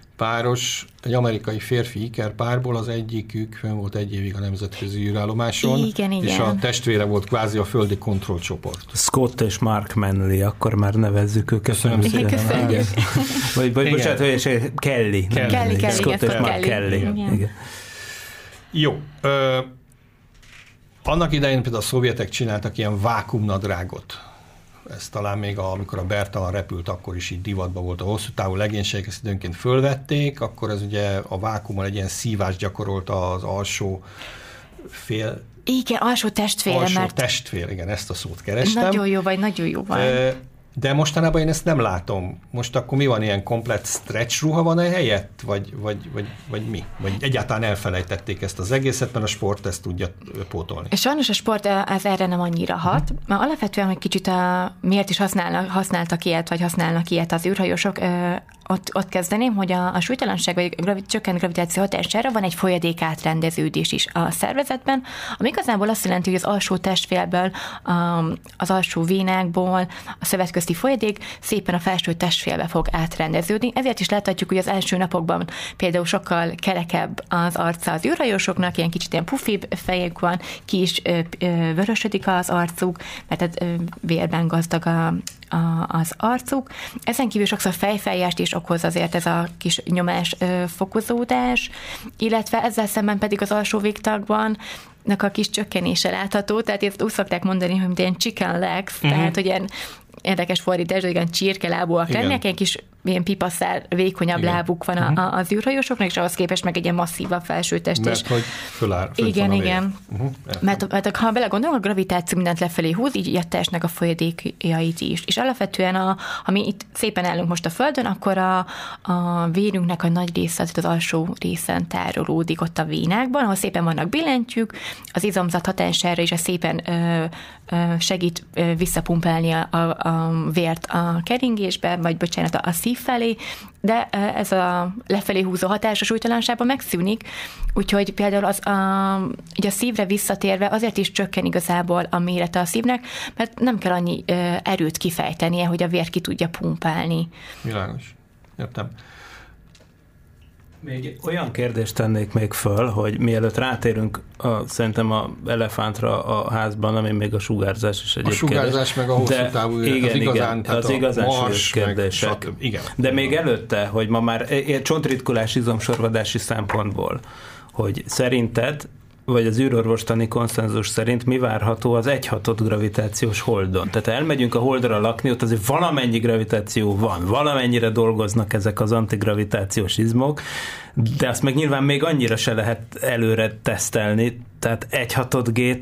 Speaker 7: férfi ikerpárból az egyikük fönn volt 1 évig a nemzetközi űrállomáson,
Speaker 6: igen.
Speaker 7: És a testvére volt kvázi a földi kontrollcsoport.
Speaker 5: Scott és Mark Manley, akkor már nevezzük őket.
Speaker 7: Köszönöm szépen.
Speaker 5: Vagy bocsánat, hogy Kelly. Scott és Mark Kelly. Igen.
Speaker 7: Jó. Annak idején például a szovjetek csináltak ilyen vákuumnadrágot. Ez talán még amikor a Bertalan repült, akkor is így divatban volt a hosszú távú legénységek, ezt időnként fölvették, akkor ez ugye a vákuumon egy ilyen szívást gyakorolt az alsó fél.
Speaker 6: Igen, alsó testvére.
Speaker 7: Alsó testvér, igen, ezt a szót kerestem.
Speaker 6: Nagyon jó vagy.
Speaker 7: De mostanában én ezt nem látom. Most akkor mi van, ilyen komplett stretch ruha van helyett? Vagy mi? Vagy egyáltalán elfelejtették ezt az egészet, mert a sport ezt tudja pótolni.
Speaker 6: Sajnos a sport az erre nem annyira hat. Mert alapvetően, hogy kicsit miért is használtak ilyet, vagy használnak ilyet az űrhajósok, ott kezdeném, hogy a súlytalanság vagy csökkent gravitáció hatására van egy folyadék átrendeződés is a szervezetben, ami igazából azt jelenti, hogy az alsó testfélből, az alsó vénákból a szövetközti folyadék szépen a felső testfélbe fog átrendeződni. Ezért is láthatjuk, hogy az első napokban például sokkal kerekebb az arca az űrhajósoknak, ilyen kicsit ilyen pufibb fejük van, ki is vörösödik az arcuk, mert vérben gazdag az arcuk. Ezen kívül sokszor fejfájást is okoz azért ez a kis nyomás fokozódás, illetve ezzel szemben pedig az alsó végtagban a kis csökkenése látható, tehát ezt úgy szokták mondani, hogy ilyen chicken legs, tehát hogy ilyen érdekes fordítás, hogy ilyen csirkelábúak lennek, egy kis ilyen pipaszál, vékonyabb lábuk van az űrhajósoknak, és ahhoz képest meg egy ilyen masszívabb felsőtest.
Speaker 7: Mert hogy föláll.
Speaker 6: Igen. Mert ha belegondolunk, a gravitáció mindent lefelé húz, így a testnek a folyadékjait is. És alapvetően, ha mi itt szépen állunk most a Földön, akkor a vérünknek a nagy része, az alsó részen tárolódik ott a vénákban, ahol szépen vannak billentyűk, az izomzat hatására is szépen segít visszapumpálni a vért a keringésbe, vagy bocsánat, a szív felé, de ez a lefelé húzó hatás a súlytalanságban megszűnik, úgyhogy például ugye a szívre visszatérve azért is csökken igazából a mérete a szívnek, mert nem kell annyi erőt kifejtenie, hogy a vér ki tudja pumpálni.
Speaker 7: Világos. Értem.
Speaker 5: Még olyan kérdést tennék még föl, hogy mielőtt rátérünk szerintem a elefántra a házban, ami még a sugárzás is egyébként. A
Speaker 7: sugárzás meg a hosszú távú,
Speaker 5: az igazán súlyos kérdések.
Speaker 7: Igen.
Speaker 5: De még előtte, hogy ma már csontritkulás izomsorvadási szempontból, hogy szerinted, vagy az űrorvostani konszenzus szerint mi várható az 1/6 gravitációs holdon? Tehát elmegyünk a holdra lakni, ott azért valamennyi gravitáció van, valamennyire dolgoznak ezek az antigravitációs izmok, de azt meg nyilván még annyira se lehet előre tesztelni, tehát 1/6 G-t azt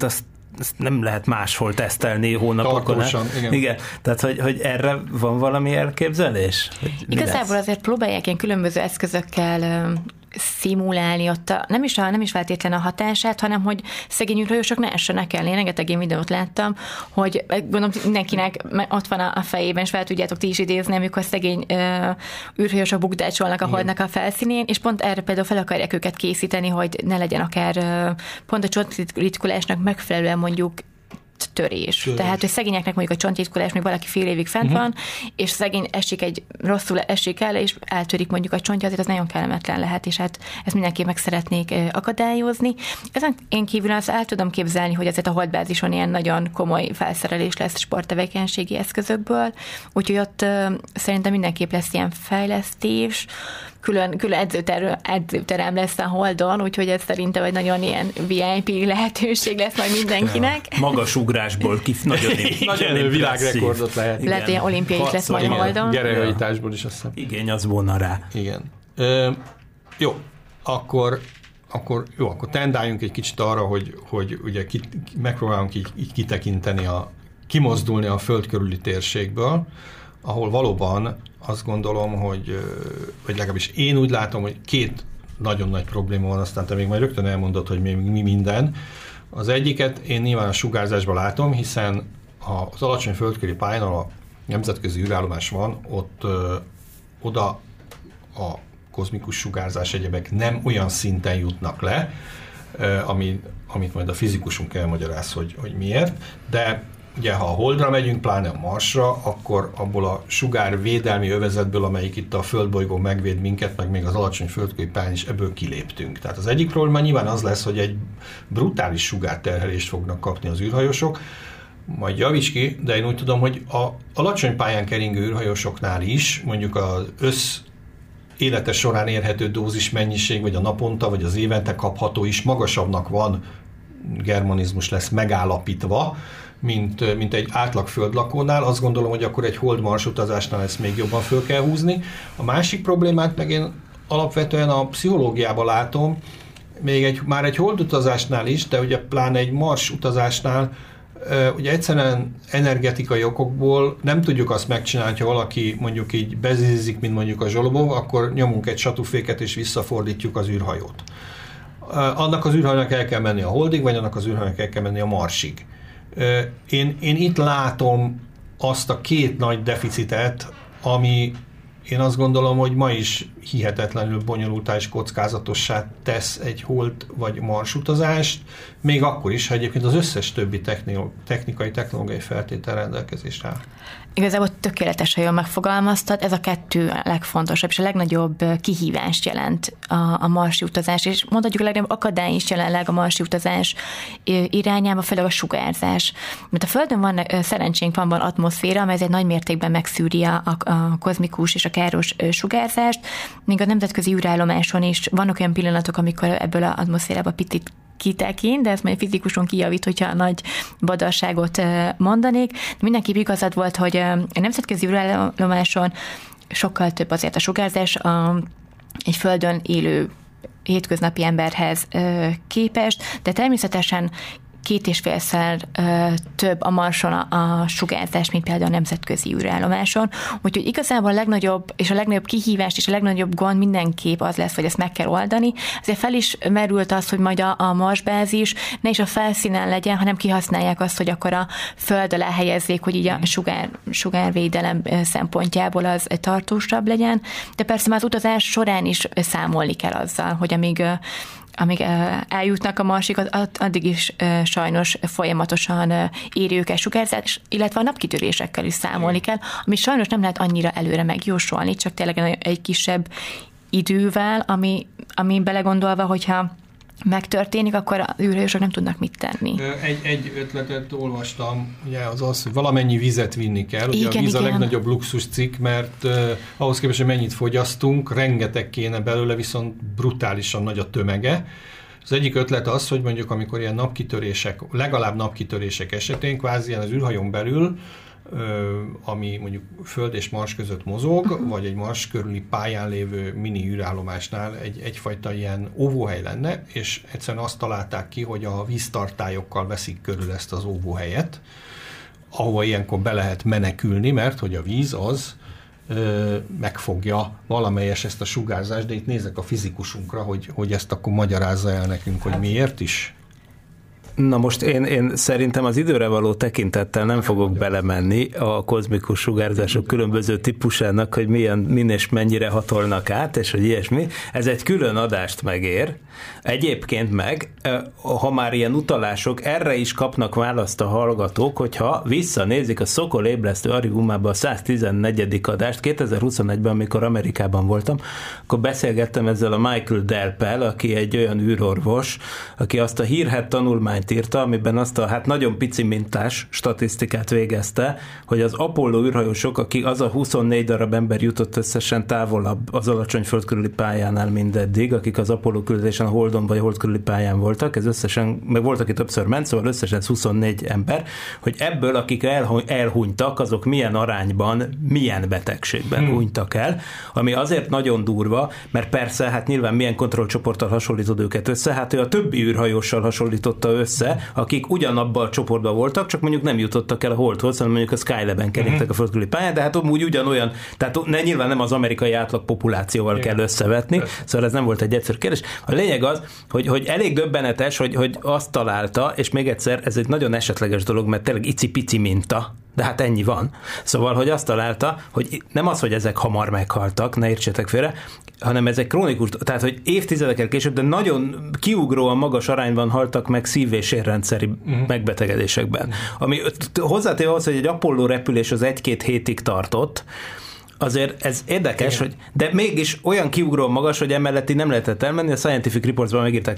Speaker 5: ezt nem lehet máshol tesztelni hónapokon.
Speaker 7: Tartósan,
Speaker 5: igen. Tehát, hogy erre van valami elképzelés?
Speaker 6: Igazából azért próbálják ilyen különböző eszközökkel szimulálni ott nem is feltétlen a hatását, hanem hogy szegény űrhajósok ne essenek el. Én rengeteg ilyen videót láttam, hogy gondolom mindenkinek ott van a fejében, és fel tudjátok ti is idézni, amikor szegény űrhajósok bukdácsolnak a holdnak a felszínén, és pont erre például fel akarják őket készíteni, hogy ne legyen akár pont a csontritkulásnak megfelelően mondjuk törés. Tehát, hogy szegényeknek mondjuk a csontritkulás még valaki fél évig fent van, és szegény rosszul esik el, és eltörik mondjuk a csontja, azért az nagyon kellemetlen lehet, és hát ezt mindenképp meg szeretnék akadályozni. Ezen én kívül azt el tudom képzelni, hogy azért a holdbázison ilyen nagyon komoly felszerelés lesz sporttevékenységi eszközökből, úgyhogy ott szerintem mindenképp lesz ilyen fejlesztés, külön edzőterem lesz a Holdon, úgyhogy ez szerintem egy nagyon ilyen VIP lehetőség lesz majd mindenkinek.
Speaker 5: Ja, magas ugrásból
Speaker 7: nagyon világrekordot lehet.
Speaker 6: Lehet, ilyen olimpiai lesz majd a Holdon.
Speaker 7: Gerehajításból is azt hiszem.
Speaker 5: Igény az volna rá.
Speaker 7: Igen. Jó, akkor tendáljunk egy kicsit arra, hogy ugye megpróbálunk így kitekinteni, kimozdulni a föld körüli térségből, ahol valóban azt gondolom, hogy vagy legalábbis én úgy látom, hogy két nagyon nagy probléma van, aztán te még majd rögtön elmondod, hogy mi minden. Az egyiket én nyilván a sugárzásban látom, hiszen az alacsony földköri pályán, a nemzetközi űrállomás van, oda a kozmikus sugárzás egyebek nem olyan szinten jutnak le, amit majd a fizikusunk elmagyaráz, hogy miért, de ugye, ha a Holdra megyünk, pláne a Marsra, akkor abból a sugárvédelmi övezetből, amelyik itt a földbolygón megvéd minket, meg még az alacsony földköri pályán is, ebből kiléptünk. Tehát az egyik probléma nyilván az lesz, hogy egy brutális sugárterhelést fognak kapni az űrhajósok, majd javíts ki, de én úgy tudom, hogy a alacsony pályán keringő űrhajósoknál is, mondjuk az élete során érhető dózis mennyiség, vagy a naponta, vagy az évente kapható is magasabbnak van, germanizmus lesz megállapítva, mint egy átlag földlakónál. Azt gondolom, hogy akkor egy hold-mars utazásnál ezt még jobban föl kell húzni. A másik problémát meg én alapvetően a pszichológiában látom, még már egy hold utazásnál is, de ugye pláne egy Mars utazásnál, ugye egyszerűen energetikai okokból nem tudjuk azt megcsinálni, ha valaki mondjuk így bezízik, mint mondjuk a Zsolobov, akkor nyomunk egy satúféket és visszafordítjuk az űrhajót. Annak az űrhajónak el kell menni a Holdig, vagy annak az űrhajónak el kell menni a Marsig. Én itt látom azt a két nagy deficitet, ami én azt gondolom, hogy ma is hihetetlenül bonyolultá és kockázatossá tesz egy hold vagy Mars utazást, még akkor is, ha egyébként az összes többi technikai feltétel rendelkezésre áll.
Speaker 6: Igazából tökéletesen jól megfogalmaztad, ez a kettő a legfontosabb, és a legnagyobb kihívást jelent a marsi utazás, és mondhatjuk a legnagyobb akadály is jelenleg a marsi utazás irányába, főleg a sugárzás. Mert a Földön van, szerencsénk van atmoszféra, amely egy nagy mértékben megszűri a kozmikus és a káros sugárzást, még a nemzetközi űrállomáson is vannak olyan pillanatok, amikor ebből az atmoszférába picit kitekint, de ezt majd a fizikuson kijavít, hogyha a nagy badarságot mondanék. De mindenképp igazad volt, hogy a nemzetközi űrállomáson sokkal több azért a sugárzás egy Földön élő hétköznapi emberhez képest, de természetesen 2,5-szer több a Marson a sugárzás, mint például a nemzetközi űrállomáson. Úgyhogy igazából a legnagyobb kihívást és a legnagyobb gond mindenképp az lesz, hogy ezt meg kell oldani. Azért fel is merült az, hogy majd a Marsbázis ne is a felszínen legyen, hanem kihasználják azt, hogy akkor a Föld alá helyezzék, hogy így a sugárvédelem szempontjából az tartósabb legyen. De persze már az utazás során is számolni kell azzal, hogy amíg eljutnak a Marsig, addig is sajnos folyamatosan éri őket sugárzás, illetve a napkitörésekkel is számolni kell, ami sajnos nem lehet annyira előre megjósolni, csak tényleg egy kisebb idővel, ami belegondolva, hogyha megtörténik, akkor az űrhajósok nem tudnak mit tenni.
Speaker 7: Egy ötletet olvastam, ugye az, hogy valamennyi vizet vinni kell. Ugye
Speaker 6: igen,
Speaker 7: a víz a legnagyobb luxus cikk, mert ahhoz képest, hogy mennyit fogyasztunk, rengeteg kéne belőle, viszont brutálisan nagy a tömege. Az egyik ötlet az, hogy mondjuk amikor ilyen napkitörések, legalább napkitörések esetén, kvázi ilyen az űrhajón belül ami mondjuk Föld és Mars között mozog, vagy egy Mars körüli pályán lévő mini űrállomásnál egyfajta ilyen óvóhely lenne, és egyszerűen azt találták ki, hogy a víztartályokkal veszik körül ezt az óvóhelyet, ahova ilyenkor be lehet menekülni, mert hogy a víz az megfogja valamelyes ezt a sugárzást, de itt nézek a fizikusunkra, hogy ezt akkor magyarázza el nekünk, hogy miért is.
Speaker 5: Na most én szerintem az időre való tekintettel nem fogok belemenni a kozmikus sugárzások különböző típusának, hogy min és mennyire hatolnak át, és hogy ilyesmi. Ez egy külön adást megér. Egyébként meg, ha már ilyen utalások, erre is kapnak választ a hallgatók, hogyha visszanézik a Szokol ébresztő archívumába a 114. adást, 2021-ben, amikor Amerikában voltam, akkor beszélgettem ezzel a Michael Delpel, aki egy olyan űrorvos, aki azt a hírhedt tanulmányt írta, amiben azt a nagyon pici mintás statisztikát végezte, hogy az Apollo űrhajósok, akik az a 24 darab ember jutott összesen távolabb az alacsony föld körüli pályánál mindeddig, akik az Apollo küldetésen a Holdon vagy a Hold körüli pályán voltak, ez összesen, meg volt, aki többször ment, szóval összesen ez 24 ember, hogy ebből, akik elhunytak, azok milyen arányban, milyen betegségben hunytak el, ami azért nagyon durva, mert persze, hát nyilván milyen kontrollcsoporttal hasonlítod őket össze, hát ő a többi űrhajóssal hasonlította össze, akik ugyanabban a csoportban voltak, csak mondjuk nem jutottak el a Holdhoz, hanem mondjuk a Skylab-en keringtek a földkörüli pályán, de hát úgy ugyanolyan, tehát nyilván nem az amerikai átlag populációval kell összevetni, szóval ez nem volt egy egyszerű kérdés. A lényeg az, hogy elég döbbenetes, hogy azt találta, és még egyszer, ez egy nagyon esetleges dolog, mert tényleg icipici minta, de hát ennyi van. Szóval, hogy azt találta, hogy nem az, hogy ezek hamar meghaltak, ne értsétek félre, hanem ezek krónikus, tehát, hogy évtizedekkel később, de nagyon kiugróan magas arányban haltak meg szív- és érrendszeri megbetegedésekben. Ami hozzátéve ahhoz, hogy egy Apollo repülés az 1-2 hétig tartott, azért ez érdekes, hogy, de mégis olyan kiugró magas, hogy emellett nem lehetett elmenni, a Scientific Reports-ban megírták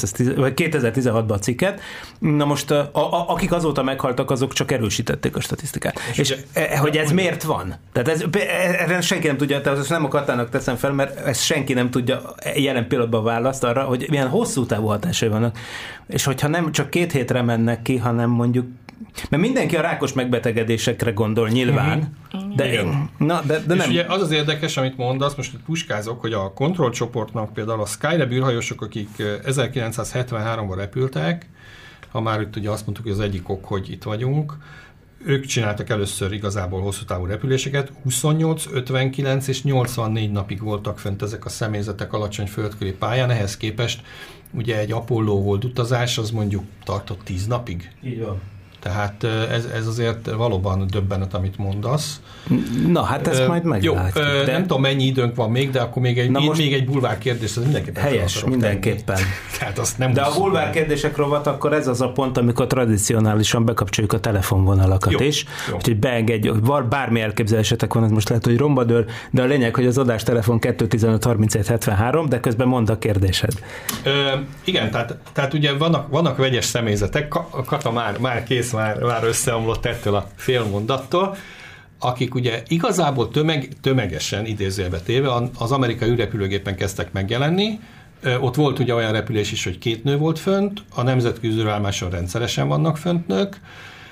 Speaker 5: 2016-ban a cikket. Na most, akik azóta meghaltak, azok csak erősítették a statisztikát. És hogy ez miért van? Tehát erre senki nem tudja, tehát ezt nem a Katának teszem fel, mert ezt senki nem tudja jelen pillanatban választ arra, hogy milyen hosszú távú hatásai vannak. És hogyha nem csak 2 hétre mennek ki, hanem mondjuk, mert mindenki a rákos megbetegedésekre gondol nyilván, de nem.
Speaker 7: És ugye az érdekes, amit mondasz, most itt puskázok, hogy a kontrollcsoportnak például a Skylab űrhajósok, akik 1973-ban repültek, ha már itt ugye azt mondtuk, hogy az egyik ok, hogy itt vagyunk, ők csináltak először igazából hosszú távú repüléseket, 28, 59 és 84 napig voltak fent ezek a személyzetek alacsony földkörüli pályán, ehhez képest ugye egy Apollo Hold utazás az mondjuk tartott 10 napig.
Speaker 5: Így van.
Speaker 7: Tehát ez azért valóban döbbenet, amit mondasz.
Speaker 5: Na, hát ezt majd meglátjuk.
Speaker 7: Jó, nem tudom, mennyi időnk van még, de akkor még egy bulvár kérdés, az mindenképpen
Speaker 5: helyes, mindenképpen.
Speaker 7: Tehát azt nem
Speaker 5: de a bulvár kérdések rovat, akkor ez az a pont, amikor tradicionálisan bekapcsoljuk a telefonvonalakat is. Úgyhogy beengedjük, bármi elképzelésetek van, ez most lehet, hogy romba dől, de a lényeg, hogy az adástelefon 215 37 73, de közben mondd a kérdésed.
Speaker 7: Igen, tehát ugye vannak vegyes személyzetek, Kata már kész, már összeomlott ettől a fél mondattól, akik ugye igazából tömegesen, idézőjelbe téve, az amerikai űrrepülőgépen kezdtek megjelenni. Ott volt ugye olyan repülés is, hogy 2 nő volt fönt, a nemzetközi űrállomáson rendszeresen vannak fönt nők,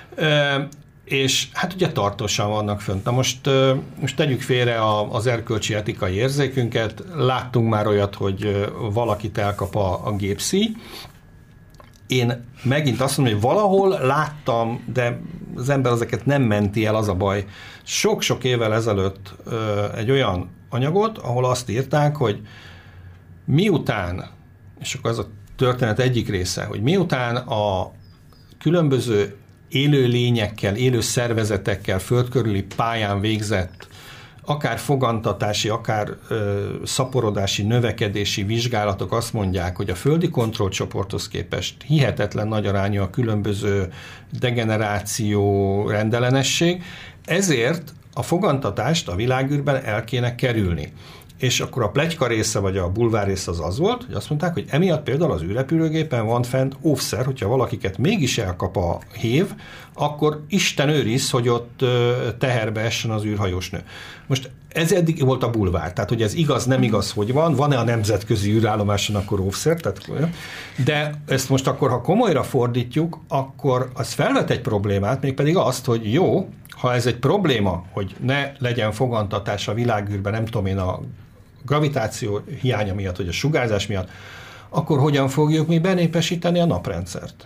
Speaker 7: és hát ugye tartósan vannak fönt. Na most tegyük félre az erkölcsi etikai érzékünket, láttunk már olyat, hogy valakit elkap a gépszíj. Én megint azt mondom, hogy valahol láttam, de az ember ezeket nem menti el, az a baj. Sok-sok évvel ezelőtt egy olyan anyagot, ahol azt írták, hogy miután, és akkor az a történet egyik része, hogy miután a különböző élő lényekkel, élő szervezetekkel földkörüli pályán végzett akár fogantatási, akár szaporodási, növekedési vizsgálatok azt mondják, hogy a földi kontrollcsoporthoz képest hihetetlen nagy arányú a különböző degeneráció, rendellenesség, ezért a fogantatást a világűrben el kéne kerülni. És akkor a pletyka része, vagy a bulvár része az volt, hogy azt mondták, hogy emiatt például az űrrepülőgépen van fent óvszer, hogyha valakiket mégis elkap a hév, akkor Isten őriz, hogy ott teherbe essen az űrhajósnő. Most ez eddig volt a bulvár, tehát hogy ez igaz, nem igaz, hogy van-e a nemzetközi űrállomáson akkor óvszer, de ezt most akkor, ha komolyra fordítjuk, akkor az felvet egy problémát, mégpedig azt, hogy jó, Ha ez egy probléma, hogy ne legyen fogantatás a világűrben, nem tudom én, a gravitáció hiánya miatt, vagy a sugárzás miatt, akkor hogyan fogjuk mi benépesíteni a naprendszert?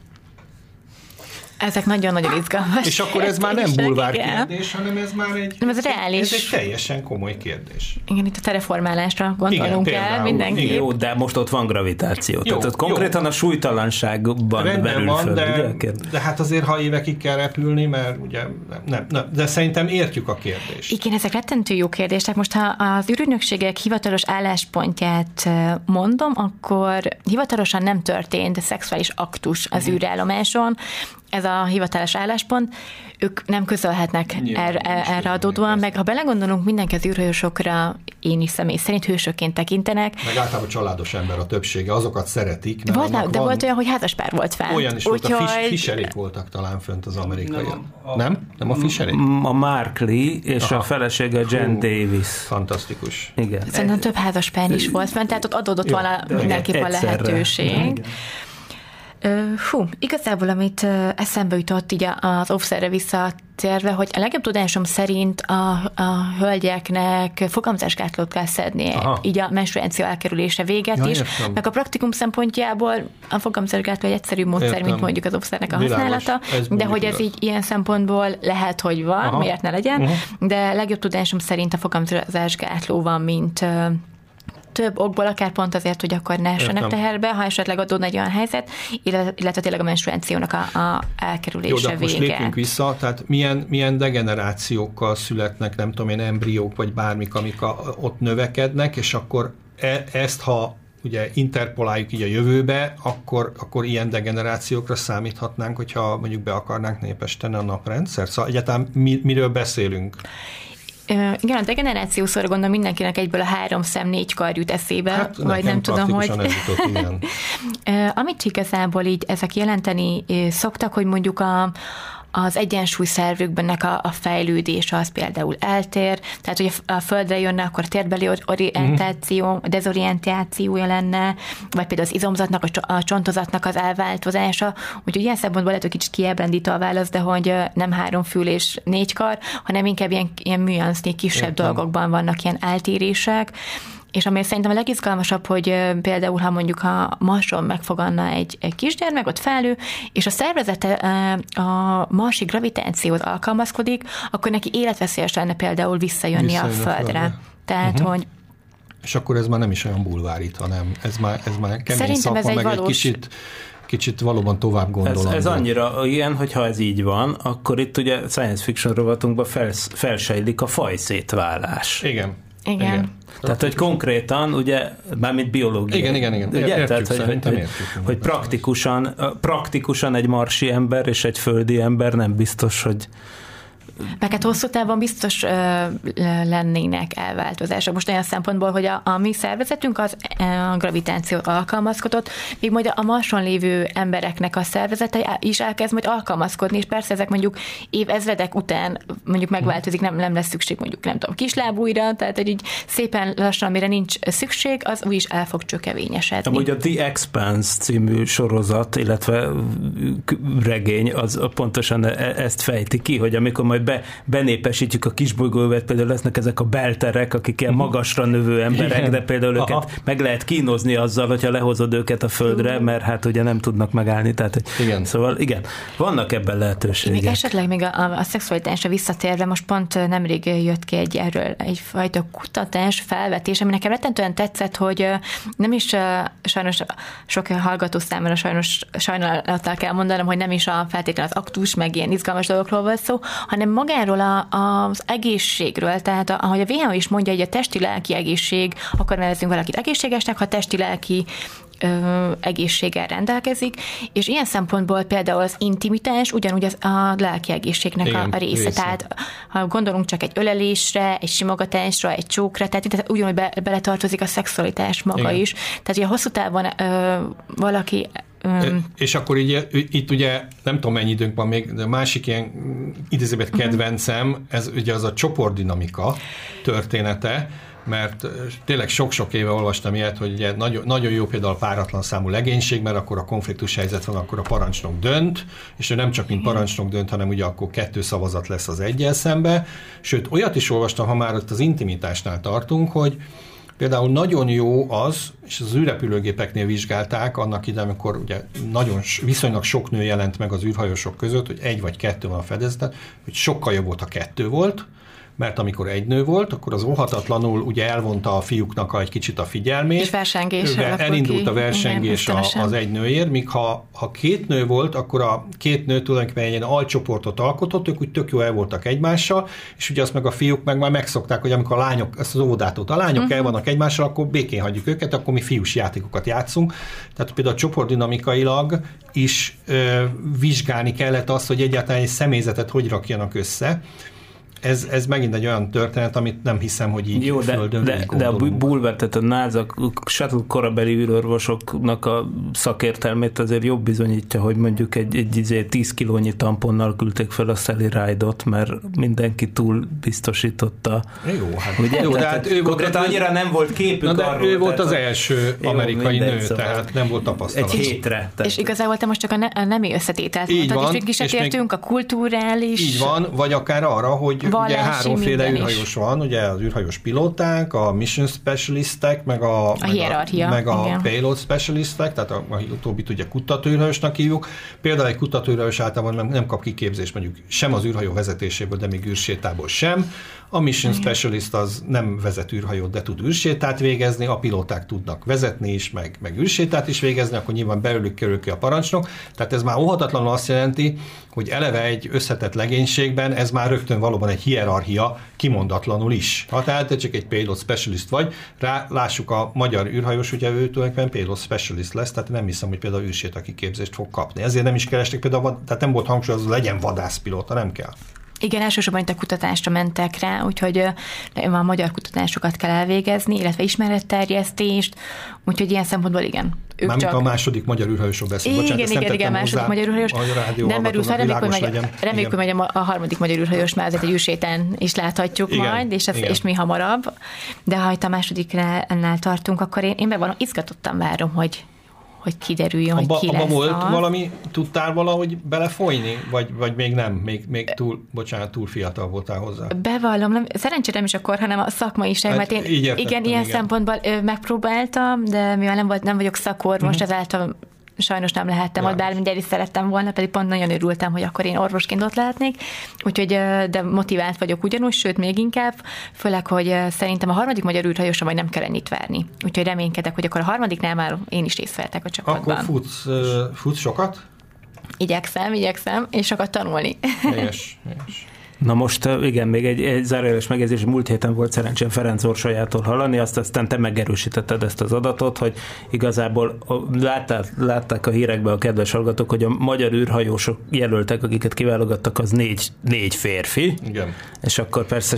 Speaker 6: Ezek nagyon-nagyon izgalmas.
Speaker 7: És akkor ez már nem bulvár
Speaker 6: igen.
Speaker 7: kérdés, hanem ez már egy,
Speaker 6: ez reális.
Speaker 7: Ez egy teljesen komoly kérdés.
Speaker 6: Igen, itt a terraformálásra gondolunk el mindenki.
Speaker 5: Igen, jó, de most ott van gravitáció. Jó, tehát ott konkrétan a súlytalanságban verül föl.
Speaker 7: De hát azért, ha évekig kell repülni, mert ugye nem, de szerintem értjük a kérdést.
Speaker 6: Igen, ezek rettentő jó kérdések. Most, ha az űrügynökségek hivatalos álláspontját mondom, akkor hivatalosan nem történt szexuális aktus az űrállomáson. Ez a hivatalos álláspont, ők nem közölhetnek erre adódóan, meg ha belegondolunk, mindenki az űrhajósokra, én is személy szerint hősökként tekintenek.
Speaker 7: Meg általában családos ember a többsége, azokat szeretik.
Speaker 6: Volt olyan, hogy házaspár volt fel.
Speaker 7: Olyan is volt, a Fischerék voltak talán fönt az amerikaiak. Nem a Fischerék?
Speaker 5: A Mark Lee és a felesége Jen Davis.
Speaker 7: Fantasztikus.
Speaker 5: Igen.
Speaker 6: Szerintem több házaspár is volt fent, tehát ott adódott mindenképp a lehetőség. Igazából, amit eszembe jutott így az offszerre visszatérve, hogy a legjobb tudásom szerint a hölgyeknek fogamzásgátlót kell szednie, így a menstruáció elkerülése véget is, meg a praktikum szempontjából a fogamzásgátló egy egyszerű módszer, mint mondjuk az offszernek a használata, de hogy ez így ilyen szempontból lehet, hogy van, miért ne legyen, de legjobb tudásom szerint a fogamzásgátló van, mint több okból, akár pont azért, hogy akkor ne essenek teherbe, ha esetleg adódna egy olyan helyzet, illetve tényleg a menstruációnak a elkerülése vége.
Speaker 7: Jó, de most lépjünk vissza, tehát milyen degenerációkkal születnek, nem tudom én, embriók, vagy bármik, amik ott növekednek, és akkor ezt, ha ugye interpoláljuk így a jövőbe, akkor ilyen degenerációkra számíthatnánk, hogyha mondjuk be akarnánk népesíteni a naprendszer. Szóval egyáltalán miről beszélünk?
Speaker 6: Igen, a degeneráció szóra gondolom mindenkinek egyből a 3 szem 4 kar jut eszébe, vagy nem tudom, hogy... Amit igazából így ezek jelenteni szoktak, hogy mondjuk az egyensúlyszervükbennek a fejlődése az például eltér, tehát hogy a földre jönne, akkor térbeli orientáció, dezorientációja lenne, vagy például az izomzatnak, a csontozatnak az elváltozása, úgyhogy ilyen szempontból lehet, hogy kicsit kiebrendítő a válasz, de hogy nem 3 fül és 4 kar, hanem inkább ilyen műansznyi kisebb dolgokban vannak ilyen eltérések. És ami szerintem a legizgalmasabb, hogy például, ha mondjuk a Marson megfoganna egy kisgyermek, ott felnő, és a szervezete a marsi gravitációhoz alkalmazkodik, akkor neki életveszélyes lenne például visszajönni a Földre. Tehát, hogy...
Speaker 7: És akkor ez már nem is olyan bulvárit, hanem ez már kemény
Speaker 6: szerintem
Speaker 7: szakma,
Speaker 6: ez egy
Speaker 7: meg
Speaker 6: valós...
Speaker 7: egy kicsit valóban tovább gondolom.
Speaker 5: Ez annyira ilyen, hogy ha ez így van, akkor itt ugye science fiction rovatunkban felsejlik a fajszétválás.
Speaker 6: Igen.
Speaker 5: Tehát, hogy konkrétan, ugye, mármint biológia.
Speaker 7: Igen.
Speaker 5: Ugye?
Speaker 7: Értjük,
Speaker 5: tehát, hogy praktikusan egy marsi ember és egy földi ember nem biztos, hogy
Speaker 6: Meg hát hosszú távon biztos lennének elváltozások. Most olyan szempontból, hogy a mi szervezetünk az a gravitációt alkalmazkodott, még majd a Marson lévő embereknek a szervezete is elkezd majd alkalmazkodni, és persze ezek mondjuk évezredek után mondjuk megváltozik, nem lesz szükség mondjuk, nem tudom, kislábújra, tehát hogy így szépen lassan, amire nincs szükség, az úgy is el fog csökevényesedni.
Speaker 5: Amúgy a The Expanse című sorozat, illetve regény, az pontosan ezt fejti ki, hogy amikor majd benépesítjük a kisbolygóvet, például lesznek ezek a belterek, akik ilyen magasra növő emberek, igen, de például őket meg lehet kínozni azzal, hogyha lehozod őket a földre, mert hát ugye nem tudnak megállni. Tehát,
Speaker 7: igen.
Speaker 5: Szóval igen, vannak ebben lehetőségek.
Speaker 6: Még esetleg még a szexualitásra visszatérve, most pont nemrég jött ki erről egyfajta kutatás, felvetés, ami nekem rettentően tetszett, hogy nem is sajnos sok hallgató számára sajnálattal kell mondanom, hogy nem is feltétlenül az aktus, meg ilyen izgalmas dolgokról volt szó, hanem magáról az egészségről, tehát ahogy a WHO is mondja, hogy a testi-lelki egészség, akkor nevezünk valakit egészségesnek, ha testi-lelki egészséggel rendelkezik, és ilyen szempontból például az intimitás ugyanúgy a lelki egészségnek igen, a része. Tehát ha gondolunk csak egy ölelésre, egy simogatásra, egy csókra, tehát itt ugyanúgy beletartozik a szexualitás maga igen, is. Tehát ugye hosszú távon valaki
Speaker 7: és akkor itt ugye nem tudom mennyi időnk van még, de másik ilyen idézőben kedvencem, ez ugye az a csoportdinamika története, mert tényleg sok-sok éve olvastam ilyet, hogy ugye nagyon jó például páratlan számú legénység, mert akkor a konfliktus helyzet van, akkor a parancsnok dönt, és ő nem csak mint parancsnok dönt, hanem ugye akkor 2 szavazat lesz az 1-jel szembe. Sőt, olyat is olvastam, ha már ott az intimitásnál tartunk, hogy például nagyon jó az, és az űrrepülőgépeknél vizsgálták annak idején, amikor ugye viszonylag sok nő jelent meg az űrhajósok között, hogy 1 vagy 2 van a fedezeten, hogy sokkal jobb volt, ha 2 volt, mert amikor 1 nő volt, akkor az óhatatlanul ugye elvonta a fiúknak egy kicsit a figyelmét.
Speaker 6: És versengés.
Speaker 7: Elindult a versengés az 1 nőért, míg ha 2 nő volt, akkor a 2 nő tulajdonképpen egy ilyen alcsoportot alkotott, ők úgy tök jó el voltak egymással, és ugye azt meg a fiúk meg már megszokták, hogy amikor a lányok, ezt az óvodától a lányok el vannak egymással, akkor békén hagyjuk őket, akkor mi fiús játékokat játszunk. Tehát például csoportdinamikailag is vizsgálni kellett azt, hogy egyáltalán egy személyzetet hogy rakjanak össze. Ez megint egy olyan történet, amit nem hiszem, hogy így
Speaker 5: jó,
Speaker 7: földön
Speaker 5: de a Bulwer, tehát a NASA shuttle korabeli űrorvosoknak a szakértelmét azért jobb bizonyítja, hogy mondjuk egy 10 kilónyi tamponnal küldték fel a Sally Ride-ot, mert mindenki túl biztosította.
Speaker 7: Jó, hát,
Speaker 5: ugye?
Speaker 7: jó,
Speaker 5: de
Speaker 7: hát ő volt,
Speaker 5: annyira nem volt képük arról.
Speaker 7: Ő volt az első amerikai nő,
Speaker 5: szóval
Speaker 7: tehát nem volt tapasztalat.
Speaker 5: Egy hétre.
Speaker 6: És igazából te most csak a nemi összetételt mondtad, és végig is értünk, a kulturális...
Speaker 7: Így van, vagy akár arra, hogy ugye 3-féle űrhajós van, ugye az űrhajós pilóták, a mission specialistek, meg a payload specialistek, tehát a utóbbit ugye kutatóűrhajósnak hívjuk. Például egy kutatóűrhajós általában nem kap kiképzést mondjuk sem az űrhajó vezetéséből, de még űrsétából sem. A mission specialist az nem vezet űrhajót, de tud űrsétát végezni, a pilóták tudnak vezetni is, meg űrsétát is végezni, akkor nyilván belőlük kerül ki a parancsnok. Tehát ez már óhatatlanul azt jelenti, hogy eleve egy összetett legénységben ez már rögtön valóban egy hierarchia kimondatlanul is. Ha tehát csak egy payload specialist vagy, lássuk a magyar űrhajós, ugye ő tulajdonképpen payload specialist lesz, tehát nem hiszem, hogy például űrséta kiképzést fog kapni. Ezért nem is keresték például, tehát nem volt hangsúly, az legyen vadászpilóta, nem kell.
Speaker 6: Igen, elsősorban itt a kutatásra mentek rá, úgyhogy a magyar kutatásokat kell elvégezni, illetve ismeretterjesztést, úgyhogy ilyen szempontból igen.
Speaker 7: Mármint csak... a második magyar űrhajósról beszélünk.
Speaker 6: Igen, második magyar űrhajós. Nem merül fel, reméljük, hogy a harmadik magyar űrhajós már egy űrsétán is láthatjuk majd, és mi hamarabb. De ha itt a másodiknál tartunk, akkor én bevallom, izgatottan várom, hogy kiderüljön, hogy ki lesz
Speaker 7: volt valami, tudtál valahogy belefolyni? Vagy még nem? Még túl fiatal voltál hozzá?
Speaker 6: Bevallom, szerencsére nem is akkor, hanem a szakmaiság, mert én ilyen szempontból megpróbáltam, de mivel nem vagyok szakorvos, ezáltal sajnos nem lehettem ott, bármilyen is szerettem volna, pedig pont nagyon örültem, hogy akkor én orvosként ott lehetnék, úgyhogy de motivált vagyok ugyanúgy, sőt még inkább, főleg, hogy szerintem a harmadik magyar űrhajósra majd nem kell ennyit várni. Úgyhogy reménykedek, hogy akkor a harmadiknál már én is részt vettek a csapatban.
Speaker 7: Akkor futsz sokat?
Speaker 6: Igyekszem, és sokat tanulni.
Speaker 7: Helyes.
Speaker 5: Na most igen, még egy zárójeles megjegyzés, múlt héten volt szerencsém Ferenc Orsolyától hallani, aztán te megerősítetted ezt az adatot, hogy igazából látták a hírekben a kedves hallgatók, hogy a magyar űrhajósok jelöltek, akiket kiválogattak, az négy férfi. Igen. És akkor persze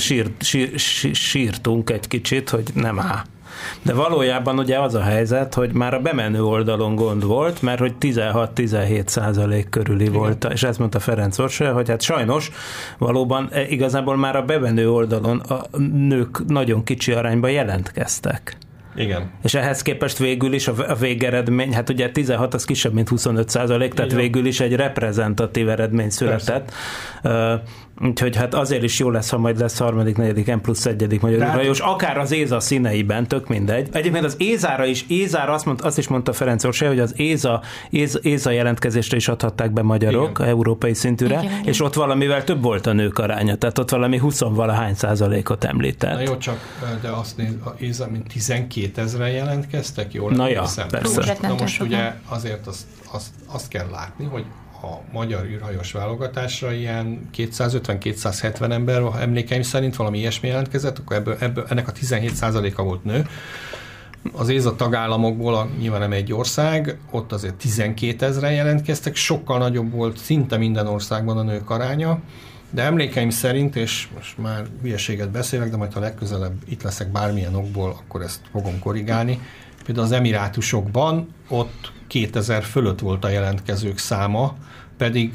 Speaker 5: sírtunk egy kicsit, hogy nem áll. De valójában ugye az a helyzet, hogy már a bemenő oldalon gond volt, mert hogy 16-17% körüli volt, és ezt mondta Ferenc Orsolya, hogy hát sajnos valóban igazából már a bemenő oldalon a nők nagyon kicsi arányban jelentkeztek.
Speaker 7: Igen.
Speaker 5: És ehhez képest végül is a végeredmény, hát ugye 16 az kisebb, mint 25%, tehát végül is egy reprezentatív eredmény született. Úgyhogy hát azért is jó lesz, ha majd lesz harmadik, negyedik, N+1 magyar űrhajós, akár az ÉZA színeiben, tök mindegy. Egyébként az ÉZA-ra azt is mondta Ferenc Orsolya, hogy az ÉZA jelentkezésre is adhatták be magyarok, a európai szintűre, és ott valamivel több volt a nők aránya, tehát ott valami 20-valahány százalékot említett.
Speaker 7: Na jó, csak de azt néz, a ÉZA, mint 12 000 jelentkeztek, jól
Speaker 5: na ja, persze.
Speaker 7: Na most ugye azért azt kell látni, hogy a magyar űrhajós válogatásra ilyen 250-270 ember, emlékeim szerint valami ilyesmi jelentkezett, akkor ebből ennek a 17%-a volt nő. Az ÉZA tagállamokból nyilván nem egy ország, ott azért 12 000 jelentkeztek, sokkal nagyobb volt szinte minden országban a nők aránya, de emlékeim szerint, és most már hülyeséget beszélek, de majd ha legközelebb itt leszek bármilyen okból, akkor ezt fogom korrigálni. Például az Emirátusokban ott 2000 fölött volt a jelentkezők száma, pedig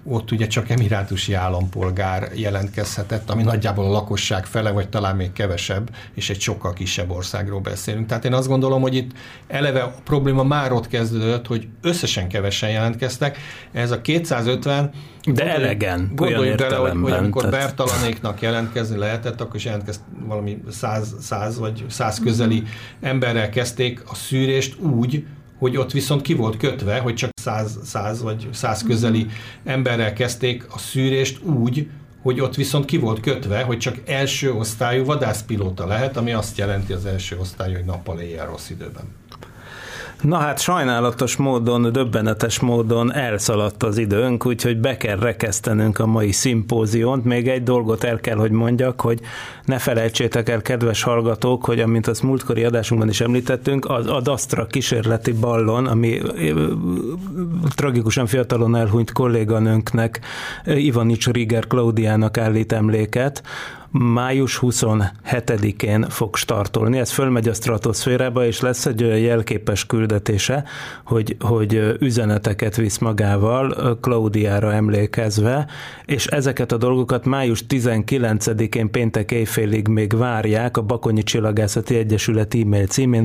Speaker 7: ott ugye csak emirátusi állampolgár jelentkezhetett, ami nagyjából a lakosság fele, vagy talán még kevesebb, és egy sokkal kisebb országról beszélünk. Tehát én azt gondolom, hogy itt eleve a probléma már ott kezdődött, hogy összesen kevesen jelentkeztek. Ez a 250...
Speaker 5: De elegen.
Speaker 7: Gondoljuk bele, hogy amikor Bertalanéknak jelentkezni lehetett, akkor is jelentkezt valami 100 vagy 100 közeli emberrel kezdték a szűrést úgy, hogy ott viszont ki volt kötve, hogy csak 100 vagy 100 közeli emberrel kezdték a szűrést úgy, hogy ott viszont ki volt kötve, hogy csak első osztályú vadászpilóta lehet, ami azt jelenti az első osztályú, hogy nappal éjjel rossz időben.
Speaker 5: Na hát sajnálatos módon, döbbenetes módon elszaladt az időnk, úgyhogy be kell rekesztenünk a mai szimpóziont. Még egy dolgot el kell, hogy mondjak, hogy ne felejtsétek el, kedves hallgatók, hogy amint azt múltkori adásunkban is említettünk, az Ad Astra kísérleti ballon, ami tragikusan fiatalon elhunyt kolléganőnknek, Ivanics Riger Klaudiának állít emléket, május 27-én fog startolni. Ez fölmegy a stratoszférába, és lesz egy olyan jelképes küldetése, hogy üzeneteket visz magával Klaudiára emlékezve, és ezeket a dolgokat május 19-én péntek éjfélig még várják a Bakonyi Csillagászati Egyesület e-mail címén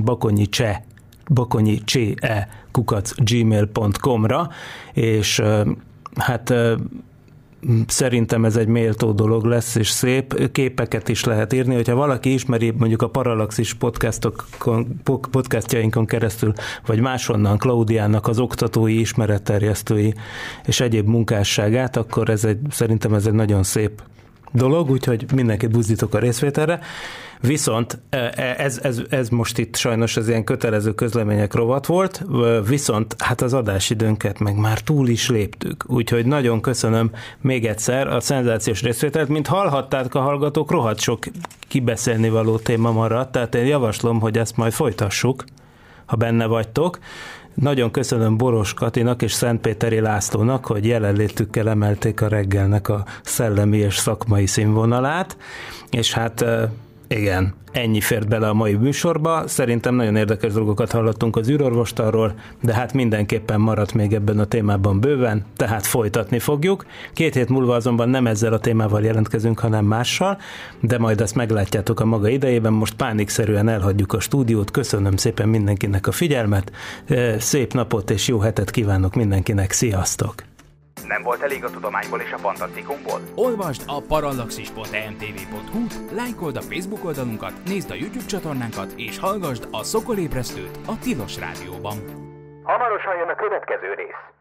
Speaker 5: bakonyi.ce@gmail.com-ra, és hát szerintem ez egy méltó dolog lesz, és szép képeket is lehet írni. Hogyha valaki ismeri mondjuk a Parallaxis podcastjainkon keresztül, vagy máshonnan Klaudiának az oktatói, ismeretterjesztői és egyéb munkásságát, akkor szerintem ez egy nagyon szép dolog, úgyhogy mindenkit buzdítok a részvételre. Viszont ez most itt sajnos az ilyen kötelező közlemények rovat volt, viszont hát az adásidőnket meg már túl is léptük. Úgyhogy nagyon köszönöm még egyszer a szenzációs részvételt. Mint hallhatták a hallgatók, rohadt sok kibeszélni való téma maradt, tehát én javaslom, hogy ezt majd folytassuk, ha benne vagytok. Nagyon köszönöm Boros Katinak és Szentpéteri Lászlónak, hogy jelenlétükkel emelték a reggelnek a szellemi és szakmai színvonalát, és hát igen, ennyi fért bele a mai műsorba. Szerintem nagyon érdekes dolgokat hallottunk az űrorvostalról, de hát mindenképpen maradt még ebben a témában bőven, tehát folytatni fogjuk. 2 hét múlva azonban nem ezzel a témával jelentkezünk, hanem mással, de majd ezt meglátjátok a maga idejében. Most pánikszerűen elhagyjuk a stúdiót. Köszönöm szépen mindenkinek a figyelmet, szép napot és jó hetet kívánok mindenkinek. Sziasztok!
Speaker 2: Nem volt elég a tudományból és a fantasztikumból?
Speaker 1: Olvasd a parallaxis.emtv.hu-t, lájkold a Facebook oldalunkat, nézd a YouTube csatornánkat, és hallgasd a Szokolébresztőt a Tilos Rádióban.
Speaker 2: Hamarosan jön a következő rész.